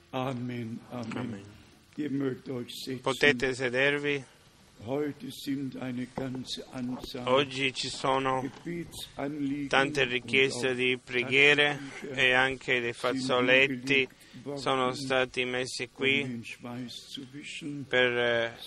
Amen. Amen. Ihr mögt euch setzen. Potete sedervi. Heute sind eine ganze Anzahl Oggi ci sono Gebetsanliegen tante richieste di preghiere e anche dei fazzoletti sono stati messi qui per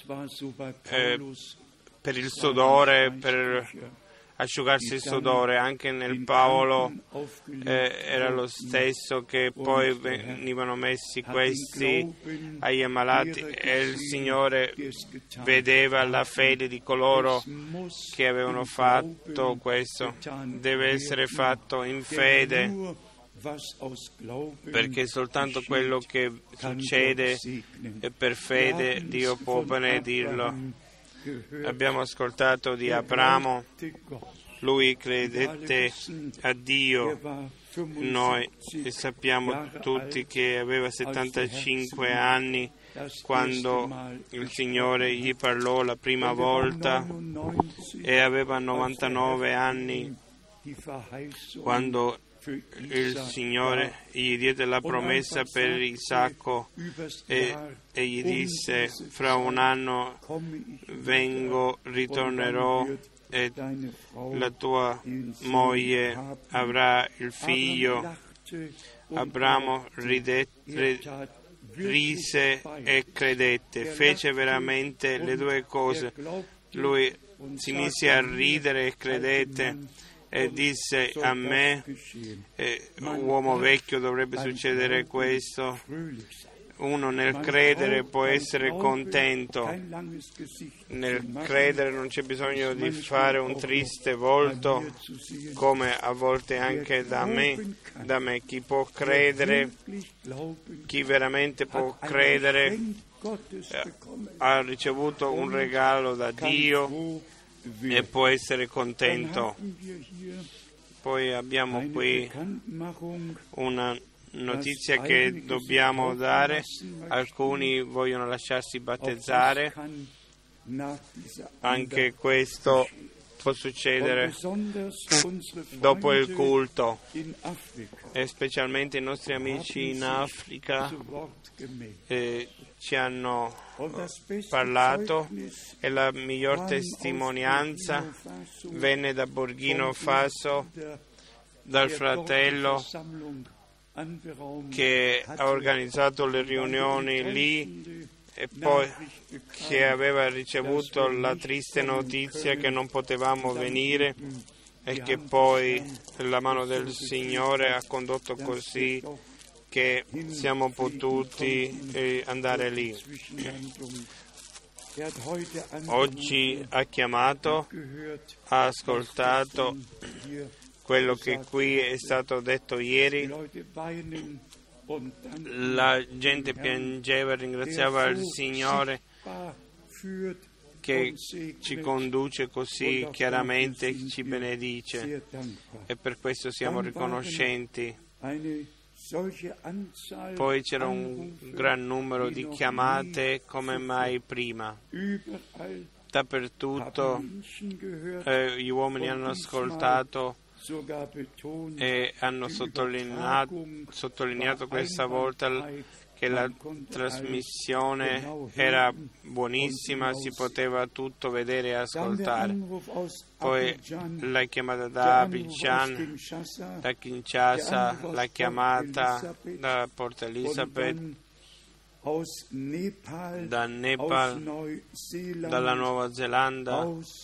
il sudore, per asciugarsi il sudore. Anche nel Paolo era lo stesso, che poi venivano messi questi agli ammalati e il Signore vedeva la fede di coloro che avevano fatto questo. Deve essere fatto in fede, perché soltanto quello che succede è per fede. Dio può benedirlo. Abbiamo ascoltato di Abramo, lui credette a Dio. Noi sappiamo tutti che aveva 75 anni quando il Signore gli parlò la prima volta e aveva 99 anni quando il Signore gli diede la promessa per Isacco e gli disse: fra un anno vengo, ritornerò e la tua moglie avrà il figlio. Abramo rise e credette, fece veramente le due cose. Lui si mise a ridere e credette e disse: a me, uomo vecchio, dovrebbe succedere questo. Uno nel credere può essere contento. Nel credere non c'è bisogno di fare un triste volto, come a volte anche da me. Chi può credere, chi veramente può credere, ha ricevuto un regalo da Dio e può essere contento. Poi abbiamo qui una notizia che dobbiamo dare. Alcuni vogliono lasciarsi battezzare. Anche questo può succedere dopo il culto, e specialmente i nostri amici in Africa ci hanno parlato, e la miglior testimonianza venne da Burkina Faso, dal fratello che ha organizzato le riunioni lì e poi che aveva ricevuto la triste notizia che non potevamo venire, e che poi la mano del Signore ha condotto così che siamo potuti andare lì. Oggi ha chiamato, ha ascoltato quello che qui è stato detto ieri. La gente piangeva e ringraziava il Signore che ci conduce così chiaramente, ci benedice, e per questo siamo riconoscenti. Poi c'era un gran numero di chiamate come mai prima. Dappertutto gli uomini hanno ascoltato e hanno sottolineato questa volta che la trasmissione era buonissima, si poteva tutto vedere e ascoltare. Poi la chiamata da Abidjan, da Kinshasa, la chiamata da Port Elizabeth, da Nepal, dalla Nuova Zelanda,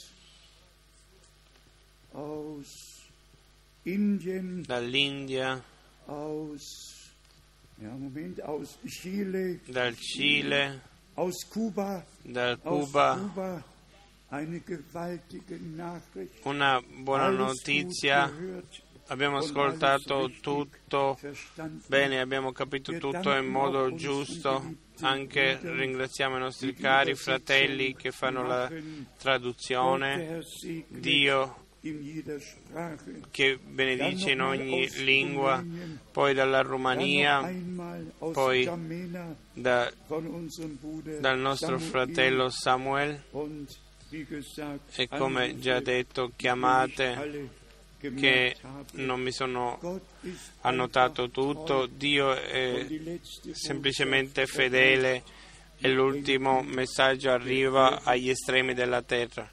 dall'India, dal Cile, dal Cuba. Una buona notizia. Abbiamo ascoltato tutto bene, abbiamo capito tutto in modo giusto. Anche ringraziamo i nostri cari fratelli che fanno la traduzione. Dio che benedice in ogni lingua, poi dalla Romania, poi dal nostro fratello Samuel, e come già detto chiamate che non mi sono annotato tutto. Dio è semplicemente fedele e l'ultimo messaggio arriva agli estremi della terra.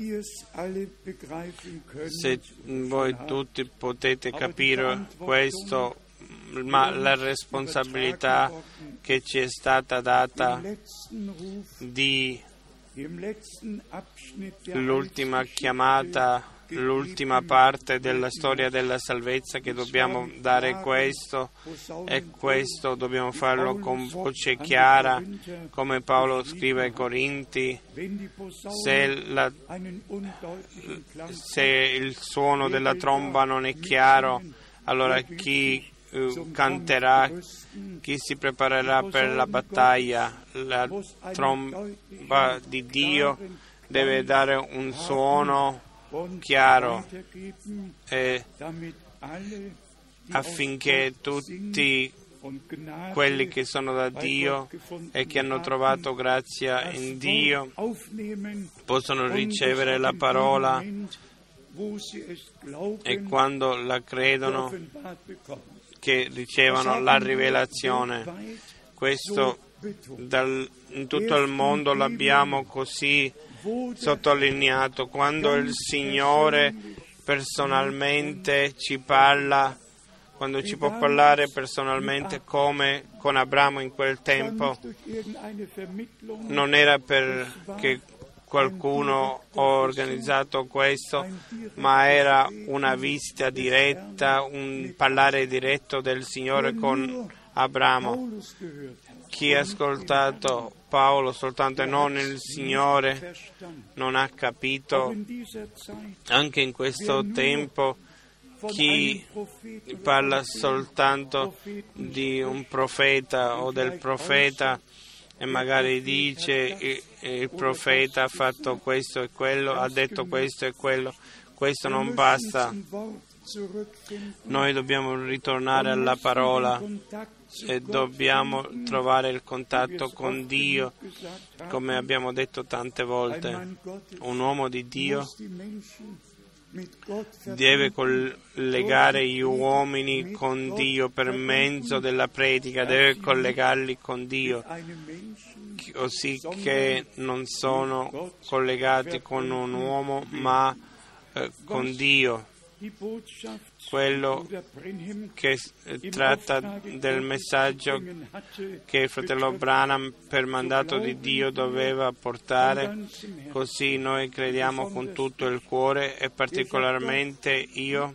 Se voi tutti potete capire questo, ma la responsabilità che ci è stata data di l'ultima chiamata, l'ultima parte della storia della salvezza, che dobbiamo dare questo, e questo dobbiamo farlo con chiara, come Paolo scrive ai Corinti: se il suono della tromba non è chiaro, allora chi canterà, chi si preparerà per la battaglia? La tromba di Dio deve dare un suono chiaro, affinché tutti quelli che sono da Dio e che hanno trovato grazia in Dio possono ricevere la parola, e quando la credono che ricevano la rivelazione. Questo in tutto il mondo l'abbiamo così sottolineato. Quando il Signore personalmente ci parla, quando ci può parlare personalmente, come con Abramo in quel tempo, non era perché qualcuno ha organizzato questo, ma era una visita diretta, un parlare diretto del Signore con Abramo. Chi ha ascoltato Paolo soltanto e non il Signore non ha capito. Anche in questo tempo, chi parla soltanto di un profeta o del profeta e magari dice il profeta ha fatto questo e quello, ha detto questo e quello, questo non basta. Noi dobbiamo ritornare alla parola e dobbiamo trovare il contatto con Dio, come abbiamo detto tante volte. Un uomo di Dio deve collegare gli uomini con Dio per mezzo della predica, deve collegarli con Dio, così che non sono collegati con un uomo ma con Dio. Quello che tratta del messaggio che il fratello Branham, per mandato di Dio, doveva portare. Così noi crediamo con tutto il cuore, e particolarmente io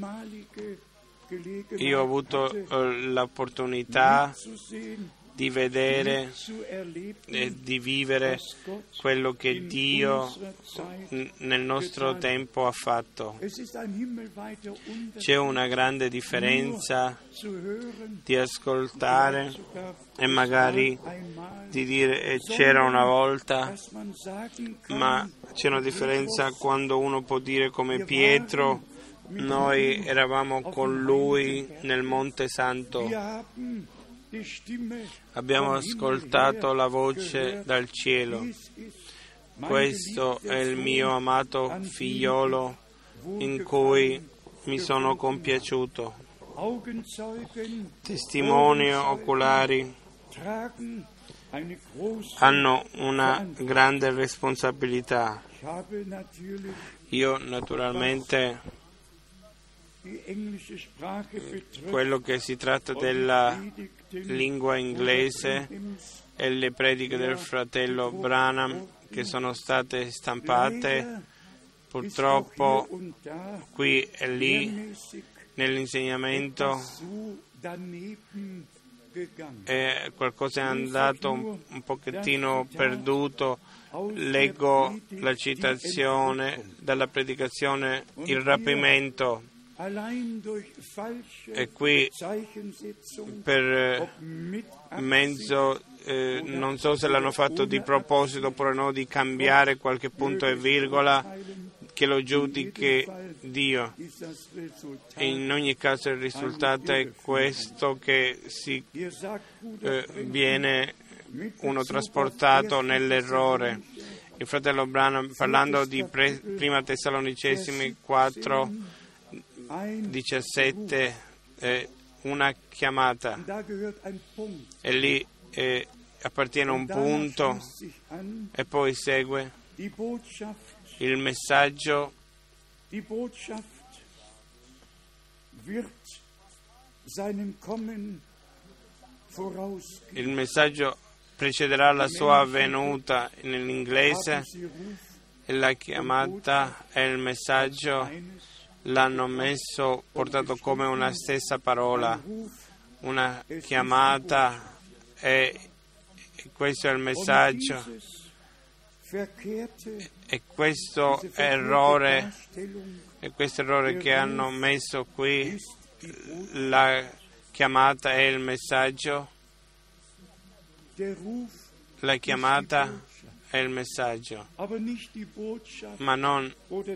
ho avuto l'opportunità di vedere e di vivere quello che Dio nel nostro tempo ha fatto. C'è una grande differenza di ascoltare e magari di dire c'era una volta, ma c'è una differenza quando uno può dire come Pietro: noi eravamo con lui nel Monte Santo. Abbiamo ascoltato la voce dal cielo. Questo è il mio amato figliolo in cui mi sono compiaciuto. Testimoni oculari hanno una grande responsabilità. Io naturalmente, quello che si tratta della lingua inglese e le prediche del fratello Branham che sono state stampate, purtroppo qui e lì nell'insegnamento qualcosa è andato un pochettino perduto. Leggo la citazione dalla predicazione Il rapimento, e qui per mezzo, non so se l'hanno fatto di proposito oppure no, di cambiare qualche punto e virgola, che lo giudichi Dio. In ogni caso il risultato è questo, che si viene uno trasportato nell'errore. Il fratello Branham, parlando di Prima Tessalonicesi 4, 17, una chiamata, e lì appartiene un punto e poi segue il messaggio. Il messaggio precederà la sua venuta nell'inglese, e la chiamata e il messaggio l'hanno portato come una stessa parola, una chiamata, e questo è il messaggio. E questo errore che hanno messo qui, la chiamata e il messaggio, la chiamata e il messaggio, ma non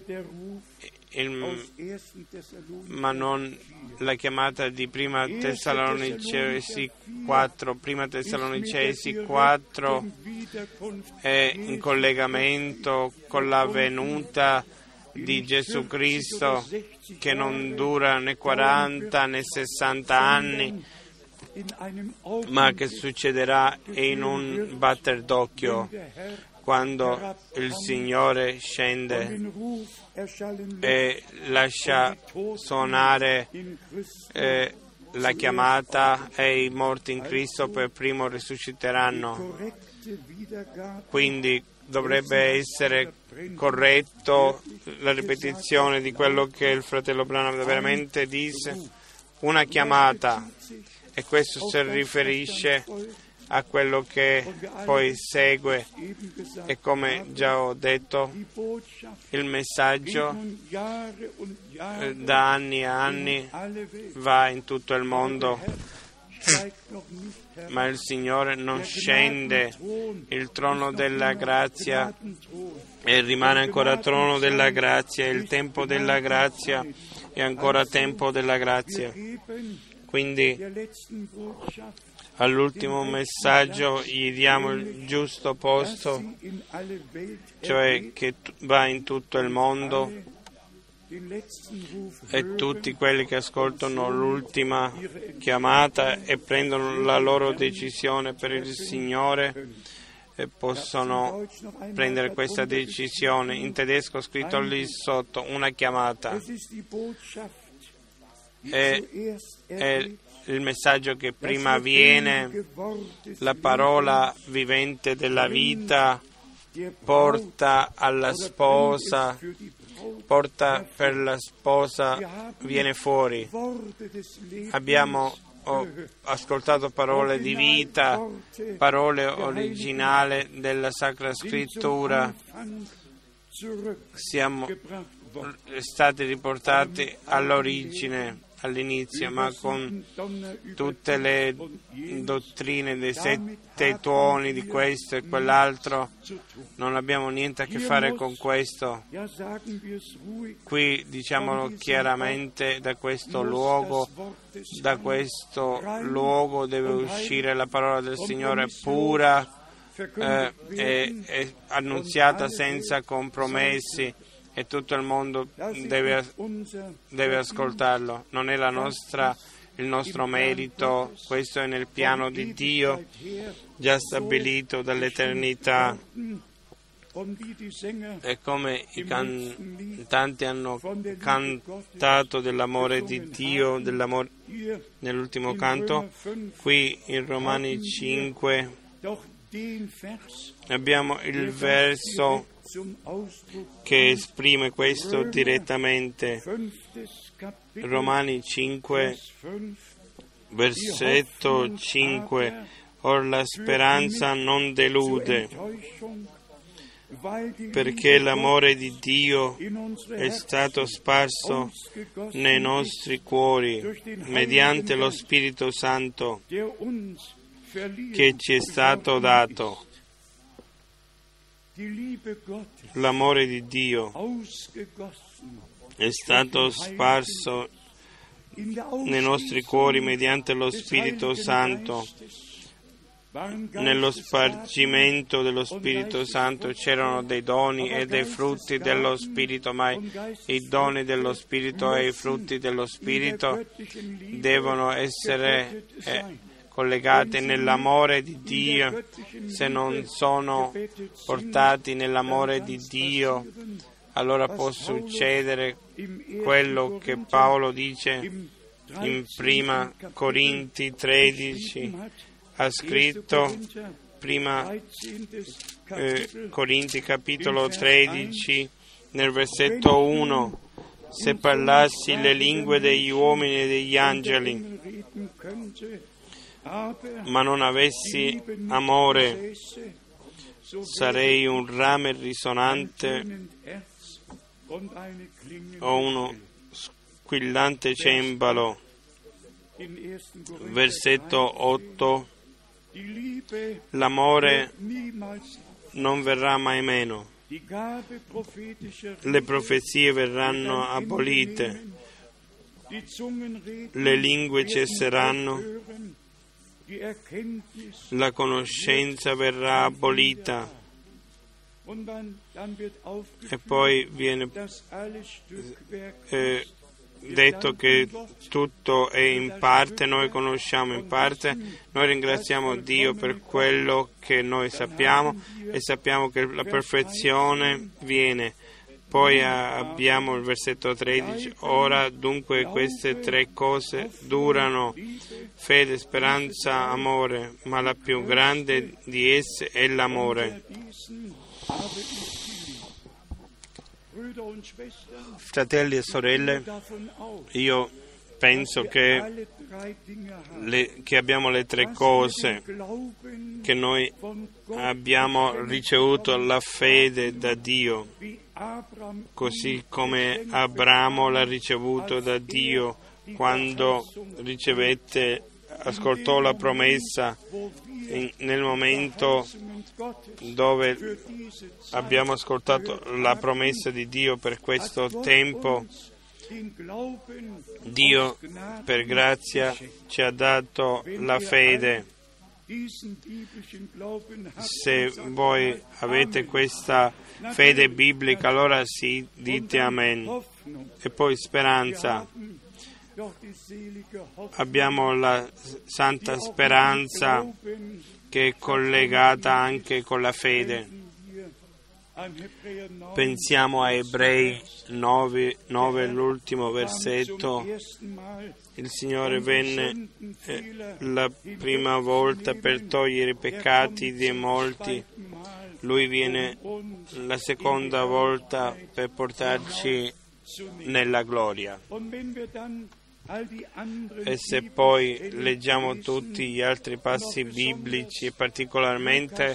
la chiamata di Prima Tessalonicesi 4. Prima Tessalonicesi 4 è in collegamento con la venuta di Gesù Cristo, che non dura né 40 né 60 anni, ma che succederà in un batter d'occhio, quando il Signore scende e lascia suonare la chiamata, e i morti in Cristo per primo risusciteranno. Quindi dovrebbe essere corretto la ripetizione di quello che il fratello Branham veramente disse: una chiamata, e questo si riferisce a quello che poi segue, e come già ho detto, il messaggio da anni e anni va in tutto il mondo, ma il Signore non scende. Il trono della grazia e rimane ancora trono della grazia, il tempo della grazia è ancora tempo della grazia. Quindi all'ultimo messaggio gli diamo il giusto posto, cioè che va in tutto il mondo, e tutti quelli che ascoltano l'ultima chiamata e prendono la loro decisione per il Signore possono prendere questa decisione. In tedesco ho scritto lì sotto: una chiamata. È il messaggio che prima viene, la parola vivente della vita porta alla sposa, porta per la sposa, viene fuori. Abbiamo ascoltato parole di vita, parole originali della Sacra Scrittura. Siamo stati riportati all'origine, all'inizio, ma con tutte le dottrine dei 7 tuoni di questo e quell'altro non abbiamo niente a che fare con questo. Qui diciamolo chiaramente: da questo luogo deve uscire la parola del Signore pura e annunziata senza compromessi, e tutto il mondo deve ascoltarlo. Non è il nostro merito, questo è nel piano di Dio, già stabilito dall'eternità. E come i cantanti hanno cantato dell'amore di Dio, nell'ultimo canto, qui in Romani 5 abbiamo il verso che esprime questo direttamente. Romani 5, versetto 5: Or la speranza non delude, perché l'amore di Dio è stato sparso nei nostri cuori mediante lo Spirito Santo che ci è stato dato. L'amore di Dio è stato sparso nei nostri cuori mediante lo Spirito Santo. nello spargimento dello Spirito Santo c'erano dei doni e dei frutti dello Spirito, ma i doni dello Spirito e i frutti dello Spirito devono essere collegati nell'amore di Dio. Se non sono portati nell'amore di Dio, allora può succedere quello che Paolo dice in Prima Corinti 13, ha scritto, Prima Corinti capitolo 13, nel versetto 1, se parlassi le lingue degli uomini e degli angeli, ma non avessi amore, sarei un rame risonante o uno squillante cembalo. Versetto 8, l'amore non verrà mai meno, le profezie verranno abolite, le lingue cesseranno, la conoscenza verrà abolita. E poi viene detto che tutto è in parte, noi conosciamo in parte, noi ringraziamo Dio per quello che noi sappiamo e sappiamo che la perfezione viene. Poi abbiamo il versetto 13, ora dunque queste tre cose durano, fede, speranza, amore, ma la più grande di esse è l'amore. Fratelli e sorelle, io penso che abbiamo le tre cose, che noi abbiamo ricevuto la fede da Dio, così come Abramo l'ha ricevuto da Dio quando ascoltò la promessa, nel momento dove abbiamo ascoltato la promessa di Dio per questo tempo. Dio per grazia ci ha dato la fede. Se voi avete questa fede biblica, allora sì, dite amen. E poi speranza. Abbiamo la santa speranza che è collegata anche con la fede. Pensiamo a Ebrei 9, l'ultimo versetto. Il Signore venne la prima volta per togliere i peccati di molti. Lui viene la seconda volta per portarci nella gloria. E se poi leggiamo tutti gli altri passi biblici, particolarmente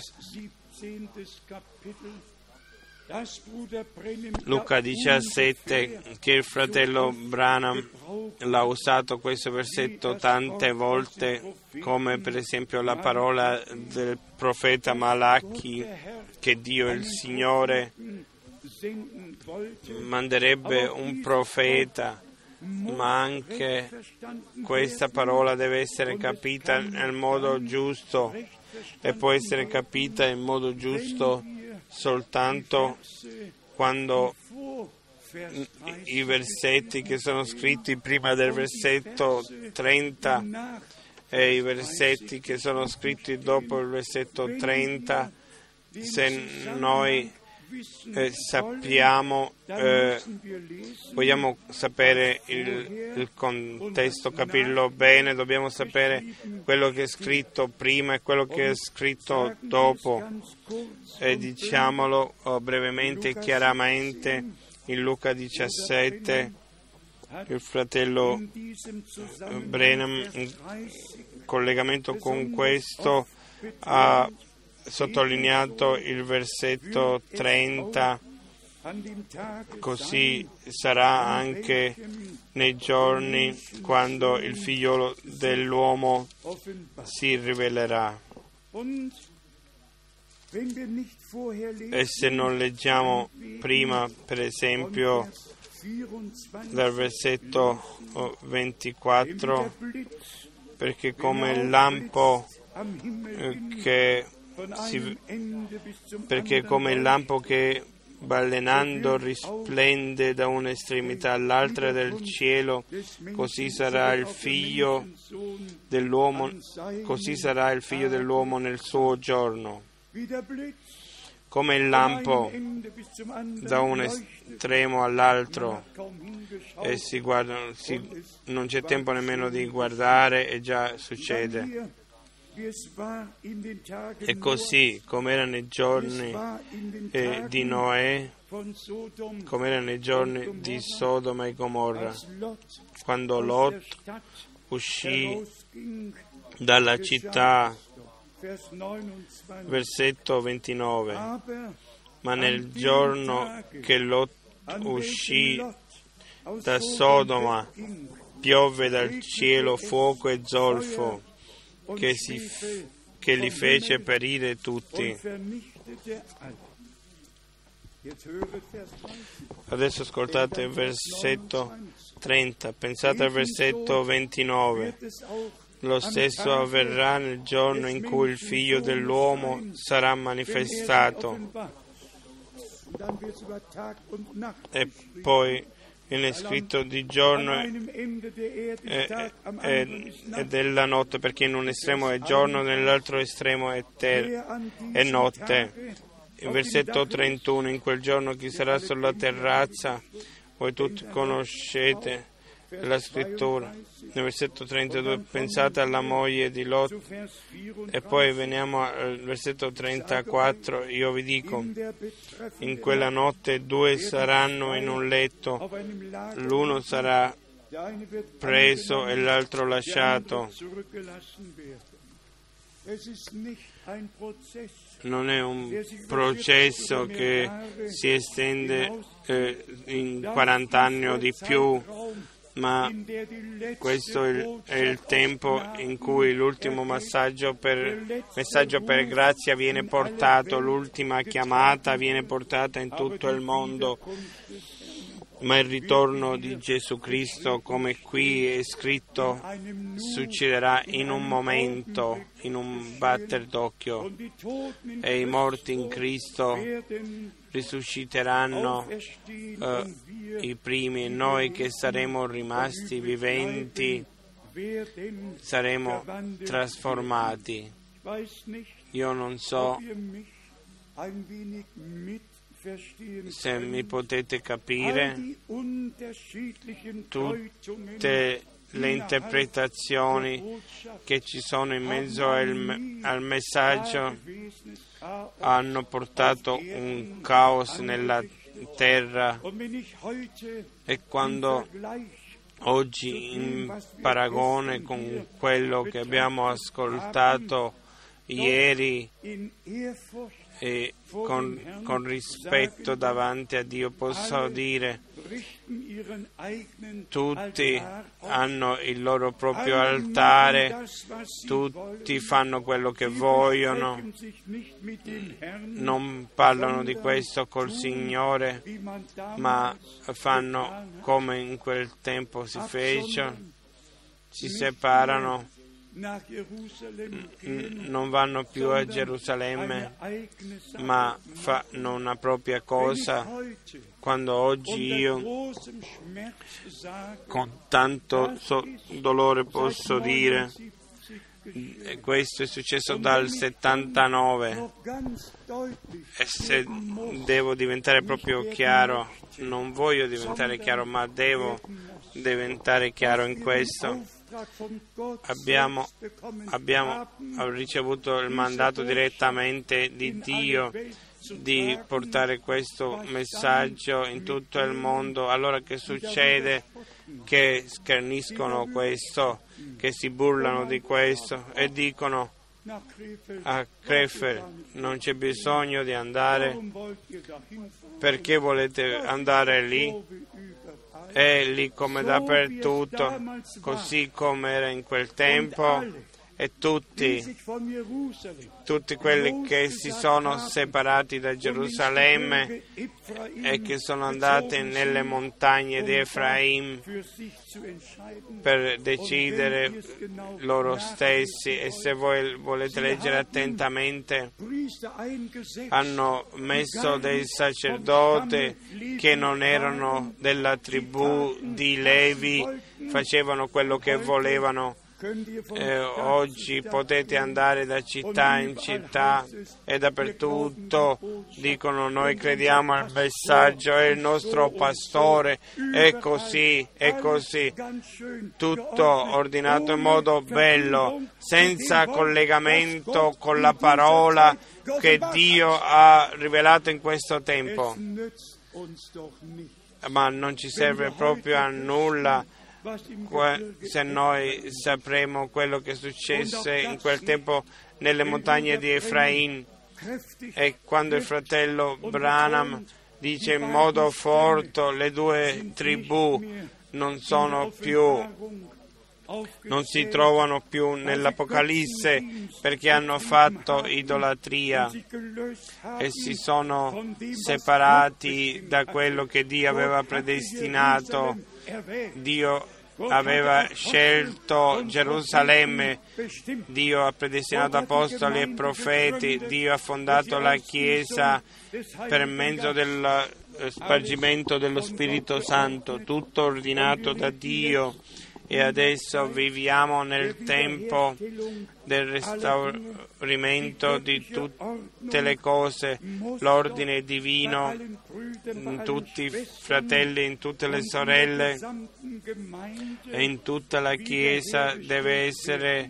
Luca 17, che il fratello Branham l'ha usato questo versetto tante volte, come per esempio la parola del profeta Malachi, che Dio il Signore manderebbe un profeta, ma anche questa parola deve essere capita nel modo giusto e può essere capita in modo giusto soltanto quando i versetti che sono scritti prima del versetto 30 e i versetti che sono scritti dopo il versetto 30, se noi sappiamo, vogliamo sapere il contesto, capirlo bene, dobbiamo sapere quello che è scritto prima e quello che è scritto dopo. E diciamolo brevemente e chiaramente, in Luca 17 il fratello Branham, in collegamento con questo, ha sottolineato il versetto 30, così sarà anche nei giorni quando il figliolo dell'uomo si rivelerà. E se non leggiamo prima, per esempio, dal versetto 24, perché come il lampo perché come il lampo che balenando risplende da un'estremità all'altra del cielo, così sarà il figlio dell'uomo nel suo giorno. Come il lampo da un estremo all'altro, e si guardano, non c'è tempo nemmeno di guardare e già succede. E così come era nei giorni di Noè, come era nei giorni di Sodoma e Gomorra, quando Lot uscì dalla città, versetto 29, ma nel giorno che Lot uscì da Sodoma piovve dal cielo fuoco e zolfo che li fece perire tutti. Adesso ascoltate il versetto 30, pensate al versetto 29. Lo stesso avverrà nel giorno in cui il Figlio dell'uomo sarà manifestato. E poi viene scritto di giorno e della notte, perché in un estremo è giorno, nell'altro estremo è notte. Il versetto 31, in quel giorno chi sarà sulla terrazza, voi tutti conoscete la scrittura. Nel versetto 32 pensate alla moglie di Lot, e poi veniamo al versetto 34, io vi dico, in quella notte due saranno in un letto, l'uno sarà preso e l'altro lasciato. Non è un processo che si estende in 40 anni o di più, ma questo è il tempo in cui l'ultimo messaggio per grazia viene portato, l'ultima chiamata viene portata in tutto il mondo, ma il ritorno di Gesù Cristo, come qui è scritto, succederà in un momento, in un batter d'occhio, e i morti in Cristo risusciteranno i primi, e noi che saremo rimasti viventi saremo trasformati. Io non so se mi potete capire tutte le interpretazioni che ci sono in mezzo al messaggio. Hanno portato un caos nella terra, e quando oggi, in paragone con quello che abbiamo ascoltato ieri, e con rispetto davanti a Dio posso dire, tutti hanno il loro proprio altare, tutti fanno quello che vogliono, non parlano di questo col Signore, ma fanno come in quel tempo si fece, si separano, non vanno più a Gerusalemme, ma fanno una propria cosa. Quando oggi io con tanto dolore posso dire, e questo è successo dal 79, e se devo diventare proprio chiaro, non voglio diventare chiaro, ma devo diventare chiaro in questo. Abbiamo ricevuto il mandato direttamente di Dio di portare questo messaggio in tutto il mondo. Allora che succede? Che scherniscono questo, che si burlano di questo e dicono: a Krefeld non c'è bisogno di andare, perché volete andare lì? È lì come dappertutto, così come era in quel tempo, e tutti quelli che si sono separati da Gerusalemme e che sono andati nelle montagne di Efraim per decidere loro stessi. E se voi volete leggere attentamente, hanno messo dei sacerdoti che non erano della tribù di Levi, facevano quello che volevano. Oggi potete andare da città in città e dappertutto dicono: noi crediamo al messaggio, è il nostro pastore, è così, tutto ordinato in modo bello, senza collegamento con la parola che Dio ha rivelato in questo tempo. Ma non ci serve proprio a nulla se noi sapremo quello che successe in quel tempo nelle montagne di Efraim. E quando il fratello Branham dice in modo forte: le due tribù non si trovano più nell'Apocalisse, perché hanno fatto idolatria e si sono separati da quello che Dio aveva predestinato. Dio aveva scelto Gerusalemme, Dio ha predestinato apostoli e profeti, Dio ha fondato la Chiesa per mezzo del spargimento dello Spirito Santo, tutto ordinato da Dio. E adesso viviamo nel tempo del restauramento di tutte le cose, l'ordine divino in tutti i fratelli, in tutte le sorelle e in tutta la Chiesa deve essere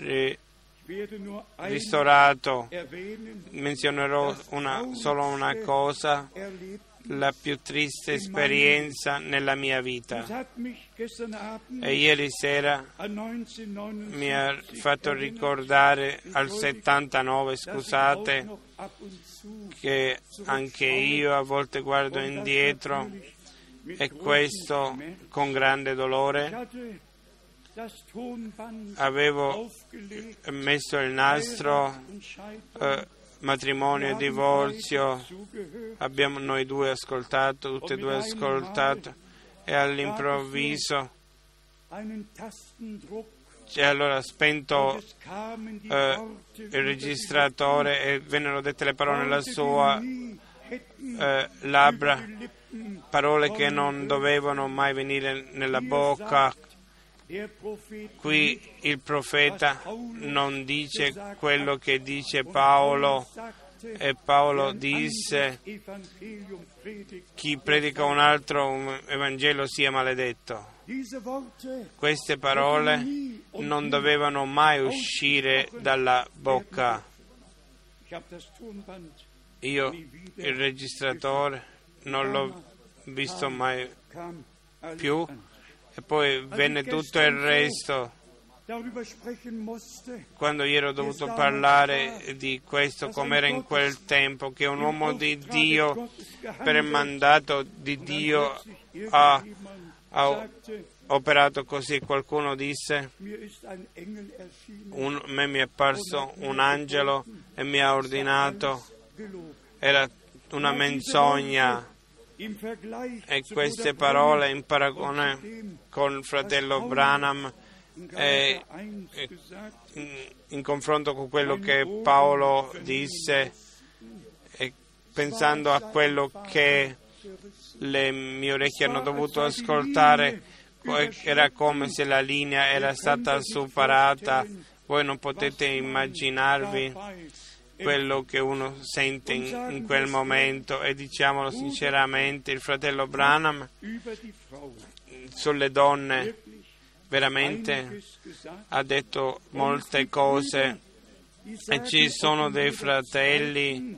ristorato. Menzionerò solo una cosa, la più triste esperienza nella mia vita. E ieri sera mi ha fatto ricordare al 79, scusate, che anche io a volte guardo indietro, e questo con grande dolore. Avevo messo il nastro matrimonio e divorzio, abbiamo noi due ascoltato, tutte e due ascoltato, e all'improvviso allora spento il registratore e vennero dette le parole nella sua labbra, parole che non dovevano mai venire nella bocca. Qui il profeta non dice quello che dice Paolo, e Paolo disse: chi predica un altro Evangelo sia maledetto. Queste parole non dovevano mai uscire dalla bocca. Io il registratore non l'ho visto mai più, e poi venne tutto il resto. Quando io ero dovuto parlare di questo, com'era in quel tempo, che un uomo di Dio, per il mandato di Dio, ha operato così. Qualcuno disse: a me mi è apparso un angelo e mi ha ordinato. Era una menzogna. E queste parole in paragone con il fratello Branham e in confronto con quello che Paolo disse, e pensando a quello che le mie orecchie hanno dovuto ascoltare, era come se la linea era stata superata. Voi non potete immaginarvi quello che uno sente in quel momento. E diciamolo sinceramente, il fratello Branham sulle donne veramente ha detto molte cose, e ci sono dei fratelli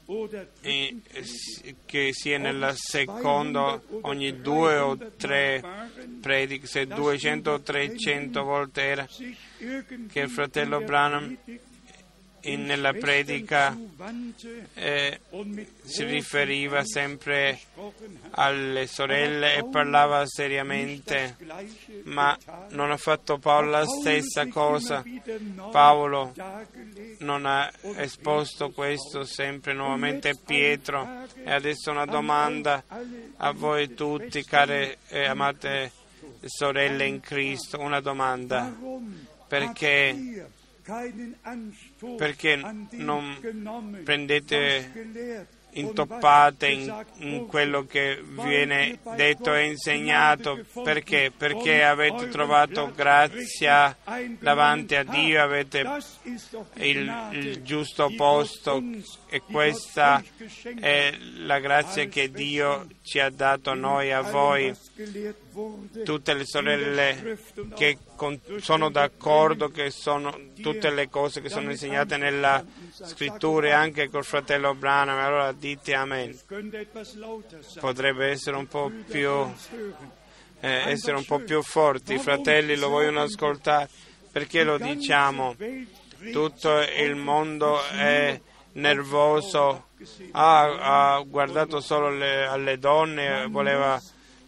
che sia nella seconda ogni 2 o 3 prediche, se 200 o 300 volte era, che il fratello Branham nella predica si riferiva sempre alle sorelle e parlava seriamente, ma non ha fatto Paolo la stessa cosa? Paolo non ha esposto questo sempre nuovamente Pietro. E adesso una domanda a voi tutti, care e amate sorelle in Cristo, una domanda: perché non prendete, intoppate in quello che viene detto e insegnato? Perché? Perché avete trovato grazia davanti a Dio, avete il giusto posto, e questa è la grazia che Dio ci ha dato a noi, a voi. Tutte le sorelle che sono d'accordo che sono tutte le cose che sono insegnate nella Scrittura, e anche col fratello Branham, allora dite amen. Potrebbe essere un po' più forti. I fratelli lo vogliono ascoltare. Perché lo diciamo? Tutto il mondo è nervoso, ha guardato solo alle donne, voleva.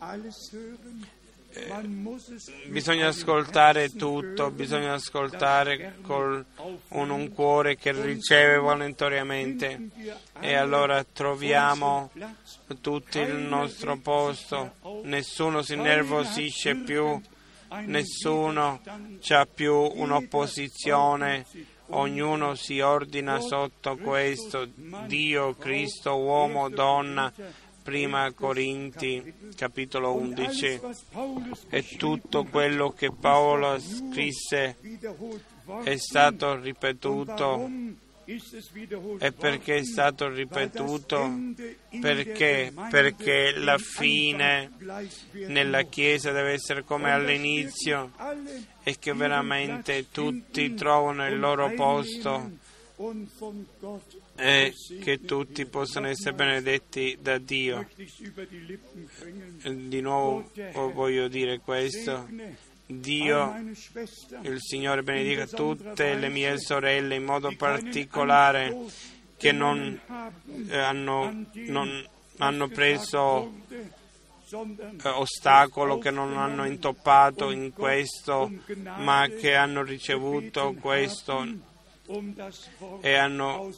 Bisogna ascoltare tutto, bisogna ascoltare con un cuore che riceve volontariamente, e allora troviamo tutti il nostro posto. Nessuno si innervosisce più, nessuno ha più un'opposizione, ognuno si ordina sotto questo: Dio, Cristo, uomo, donna. Prima Corinti, capitolo 11. E tutto quello che Paolo scrisse è stato ripetuto. E perché è stato ripetuto? Perché la fine nella Chiesa deve essere come all'inizio, e che veramente tutti trovano il loro posto, e che tutti possano essere benedetti da Dio. Di nuovo voglio dire questo: Dio, il Signore, benedica tutte le mie sorelle, in modo particolare, che non hanno preso ostacolo, che non hanno intoppato in questo, ma che hanno ricevuto questo e hanno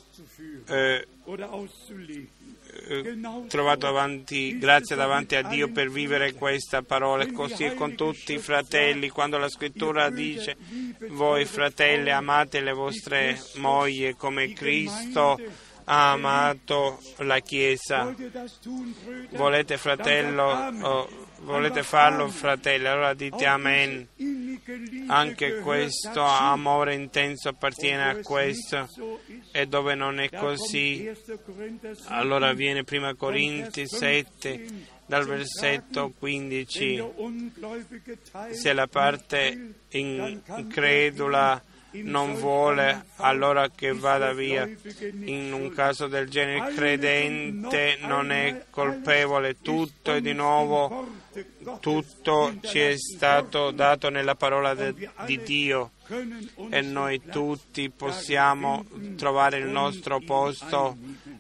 trovato grazia davanti a Dio per vivere questa parola. E così è con tutti i fratelli. Quando la Scrittura dice: voi fratelli amate le vostre mogli come Cristo ha amato la Chiesa. Volete, fratello, volete farlo, fratelli? Allora dite amen. Anche questo amore intenso appartiene a questo, e dove non è così, allora viene prima Corinti 7, dal versetto 15. Se la parte incredula non vuole, allora che vada via. In un caso del genere il credente non è colpevole. Tutto è di nuovo, tutto ci è stato dato nella parola di Dio, e noi tutti possiamo trovare il nostro posto.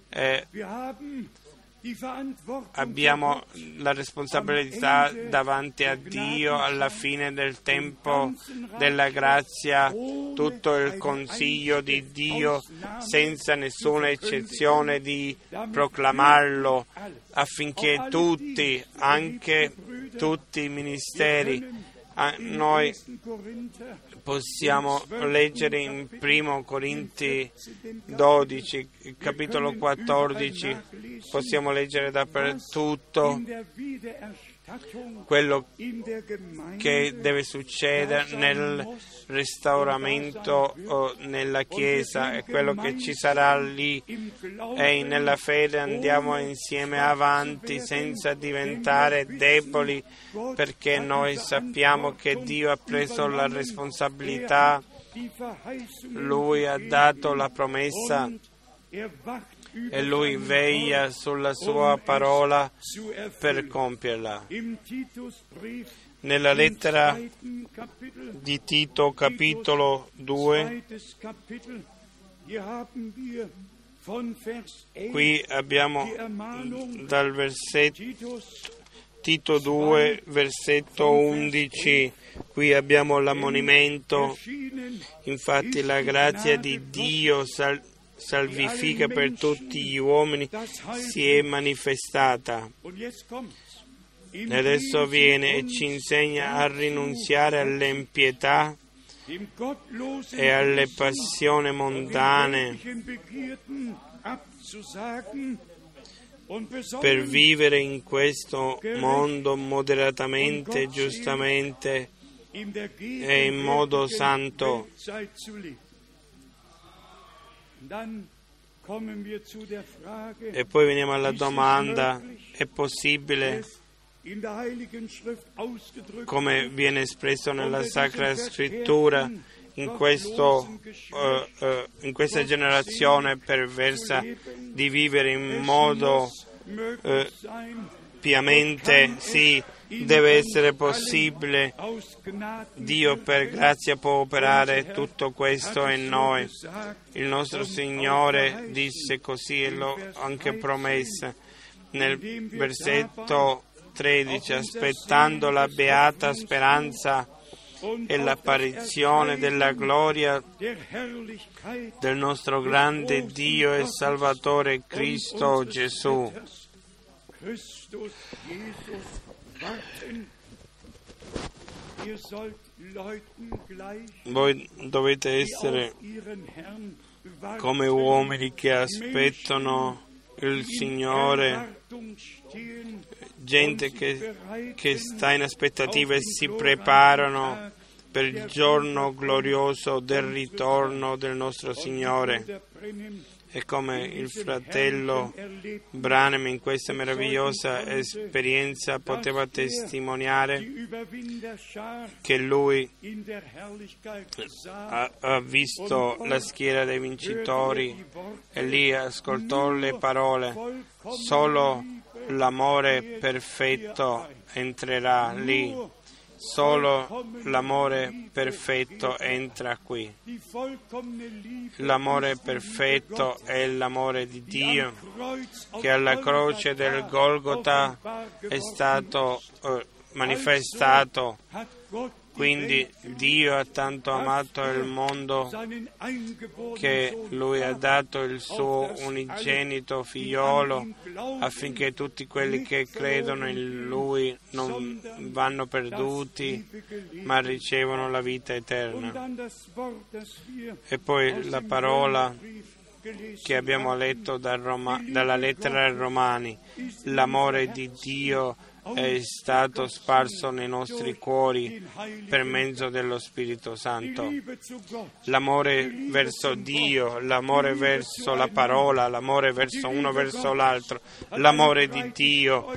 Abbiamo la responsabilità davanti a Dio alla fine del tempo della grazia, tutto il consiglio di Dio senza nessuna eccezione, di proclamarlo, affinché tutti, anche tutti i ministeri, noi possiamo leggere in 1 Corinti 12, capitolo 14, possiamo leggere dappertutto quello che deve succedere nel restauramento nella Chiesa, e quello che ci sarà lì, e nella fede andiamo insieme avanti senza diventare deboli, perché noi sappiamo che Dio ha preso la responsabilità, Lui ha dato la promessa e Lui veglia sulla sua parola per compierla. Nella lettera di Tito, capitolo 2, Qui abbiamo dal versetto Tito 2, versetto 11, qui abbiamo l'ammonimento. Infatti la grazia di Dio salvifica per tutti gli uomini si è manifestata. E adesso viene e ci insegna a rinunziare all'impietà e alle passioni mondane per vivere in questo mondo moderatamente, giustamente e in modo santo. E poi veniamo alla domanda: è possibile, come viene espresso nella Sacra Scrittura, in questa generazione perversa, di vivere in modo piamente? Sì, deve essere possibile. Dio per grazia può operare tutto questo in noi. Il nostro Signore disse così e l'ho anche promessa nel versetto 13: aspettando la beata speranza e l'apparizione della gloria del nostro grande Dio e Salvatore Cristo Gesù. Voi dovete essere come uomini che aspettano il Signore, gente che sta in aspettativa e si preparano per il giorno glorioso del ritorno del nostro Signore. E come il fratello Branham in questa meravigliosa esperienza poteva testimoniare che lui ha visto la schiera dei vincitori e lì ascoltò le parole: solo l'amore perfetto entrerà lì. Solo l'amore perfetto entra qui. L'amore perfetto è l'amore di Dio che alla croce del Golgota è stato manifestato. Quindi Dio ha tanto amato il mondo che Lui ha dato il suo unigenito figliolo affinché tutti quelli che credono in Lui non vanno perduti ma ricevono la vita eterna. E poi la parola che abbiamo letto dalla lettera ai Romani: l'amore di Dio è stato sparso nei nostri cuori per mezzo dello Spirito Santo. L'amore verso Dio, l'amore verso la parola, l'amore verso uno verso l'altro, l'amore di Dio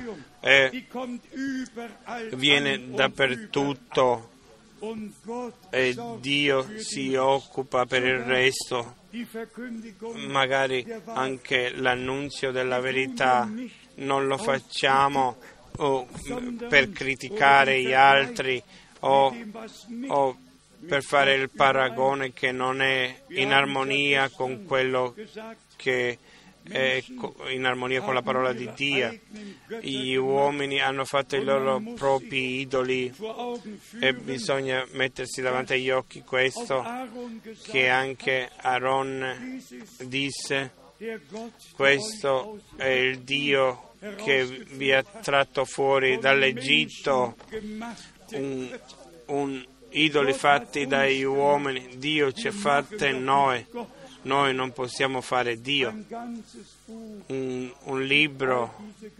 viene dappertutto e Dio si occupa per il resto. Magari anche l'annunzio della verità non lo facciamo per criticare gli altri o per fare il paragone che non è in armonia con quello che è in armonia con la parola di Dio. Gli uomini hanno fatto i loro propri idoli e bisogna mettersi davanti agli occhi questo che anche Aaron disse: questo è il Dio che vi ha tratto fuori dall'Egitto, un idoli fatti dagli uomini. Dio ci ha fatte noi non possiamo fare Dio. Un libro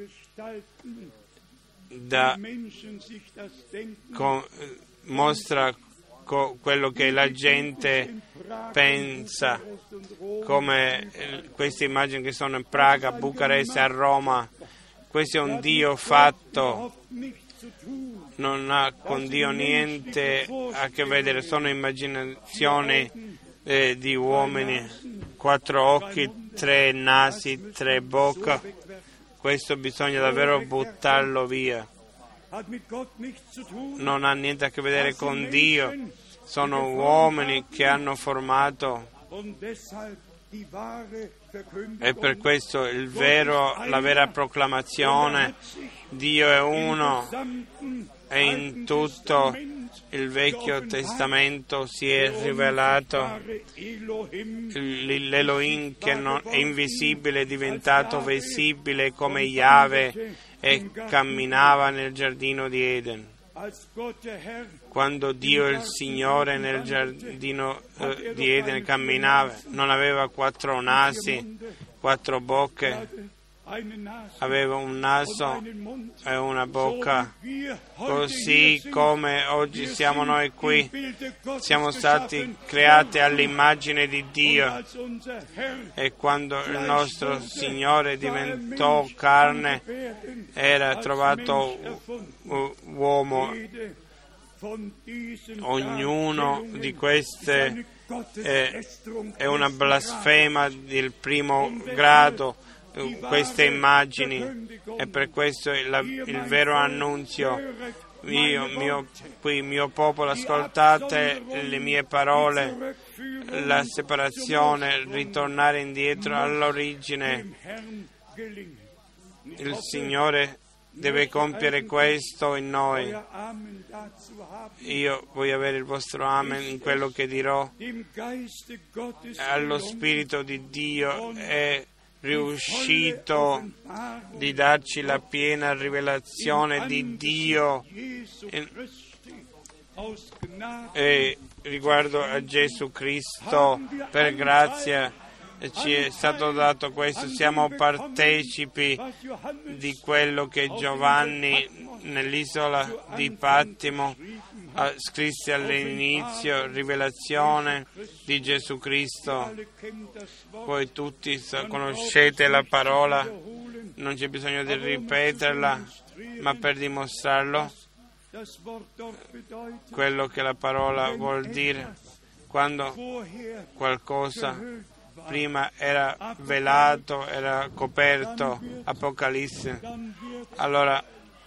mostra quello che la gente pensa, come queste immagini che sono in Praga, Bucarest, a Roma. Questo è un Dio fatto, non ha con Dio niente a che vedere, sono immaginazioni di uomini, 4 occhi, 3 nasi, 3 bocche. Questo bisogna davvero buttarlo via. Non ha niente a che vedere con Dio, sono uomini che hanno formato E per questo la vera proclamazione, Dio è uno, e in tutto il Vecchio Testamento si è rivelato l'Elohim che è invisibile, è diventato visibile come Yahweh, e camminava nel giardino di Eden. Quando Dio il Signore nel giardino di Eden camminava, non aveva 4 nasi, 4 bocche, aveva un naso e una bocca, così come oggi siamo noi qui. Siamo stati creati all'immagine di Dio, e quando il nostro Signore diventò carne, era trovato uomo. Ognuno di queste è una blasfema del primo grado, queste immagini, e per questo il vero annunzio. Mio popolo, ascoltate le mie parole, la separazione, ritornare indietro all'origine. Il Signore deve compiere questo in noi. Io voglio avere il vostro amen in quello che dirò. Allo Spirito di Dio è riuscito di darci la piena rivelazione di Dio e riguardo a Gesù Cristo. Per grazia ci è stato dato questo, siamo partecipi di quello che Giovanni nell'isola di Pattimo scrisse all'inizio, rivelazione di Gesù Cristo. Voi tutti conoscete la parola, non c'è bisogno di ripeterla, ma per dimostrarlo, quello che la parola vuol dire, quando qualcosa prima era velato, era coperto, Apocalisse, allora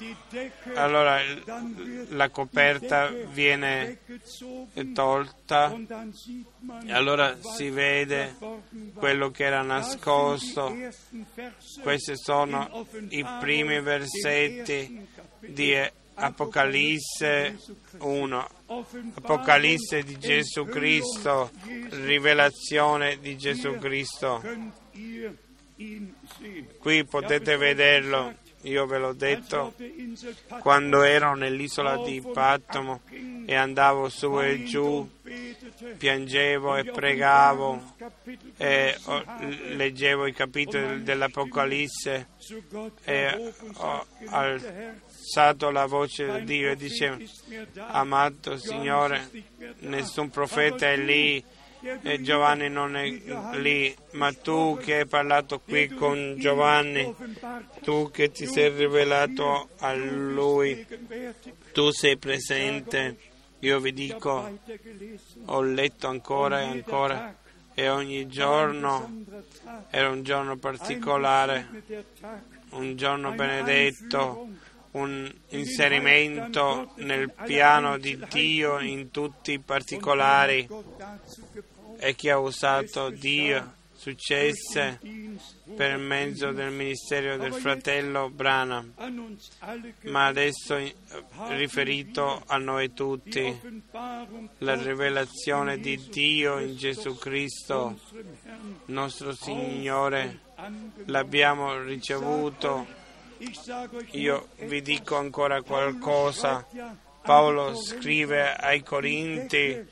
la coperta viene tolta, e allora si vede quello che era nascosto. Questi sono i primi versetti di Apocalisse 1, Apocalisse di Gesù Cristo, rivelazione di Gesù Cristo. Qui potete vederlo. Io ve l'ho detto, quando ero nell'isola di Pattimo e andavo su e giù, piangevo e pregavo e leggevo i capitoli dell'Apocalisse e ho alzato la voce di Dio e dicevo: amato Signore, nessun profeta è lì e Giovanni non è lì, ma tu che hai parlato qui con Giovanni, tu che ti sei rivelato a lui, tu sei presente. Io vi dico, ho letto ancora e ancora, e ogni giorno era un giorno particolare, un giorno benedetto, un inserimento nel piano di Dio in tutti i particolari, e che ha usato Dio successe per mezzo del ministero del fratello Branham, ma adesso riferito a noi tutti, la rivelazione di Dio in Gesù Cristo, nostro Signore, l'abbiamo ricevuto. Io vi dico ancora qualcosa. Paolo scrive ai Corinti: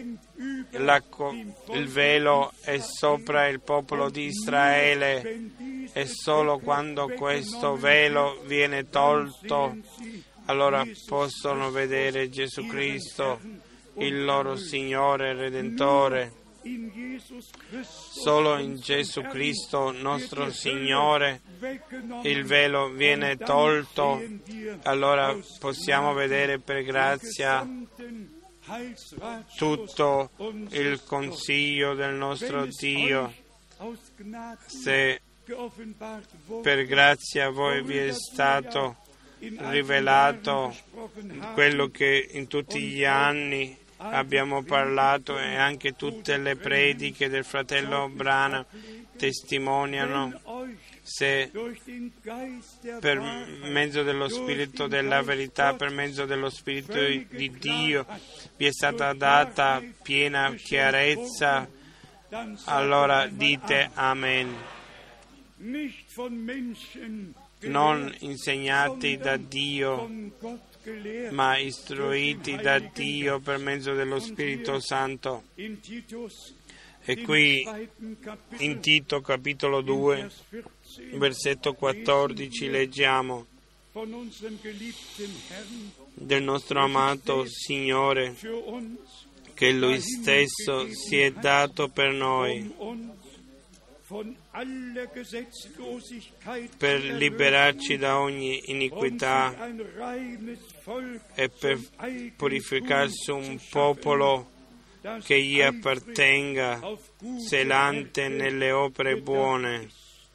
il velo è sopra il popolo di Israele, e solo quando questo velo viene tolto, allora possono vedere Gesù Cristo, il loro Signore e Redentore. Solo in Gesù Cristo, nostro Signore, il velo viene tolto, allora possiamo vedere per grazia tutto il consiglio del nostro Dio. Se per grazia a voi vi è stato rivelato quello che in tutti gli anni abbiamo parlato e anche tutte le prediche del fratello Branham testimoniano, se per mezzo dello Spirito della verità, per mezzo dello Spirito di Dio vi è stata data piena chiarezza, allora dite Amen. Non insegnati da Dio, ma istruiti da Dio per mezzo dello Spirito Santo. E qui in Tito capitolo 2, versetto 14 leggiamo del nostro amato Signore che Lui stesso si è dato per noi, per liberarci da ogni iniquità e per purificarsi un popolo che gli appartenga, zelante nelle opere buone.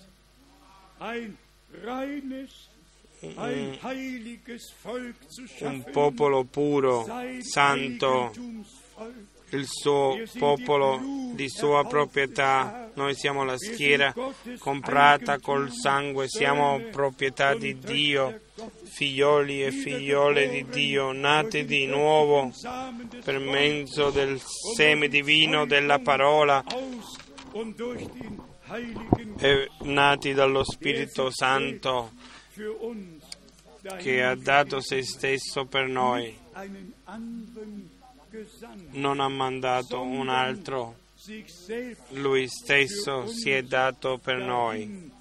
Un popolo puro, santo, il suo popolo di sua proprietà. Noi siamo la schiera comprata col sangue, siamo proprietà di Dio, figlioli e figliole di Dio, nati di nuovo per mezzo del seme divino della parola e nati dallo Spirito Santo che ha dato se stesso per noi. Non ha mandato un altro, Lui stesso si è dato per noi.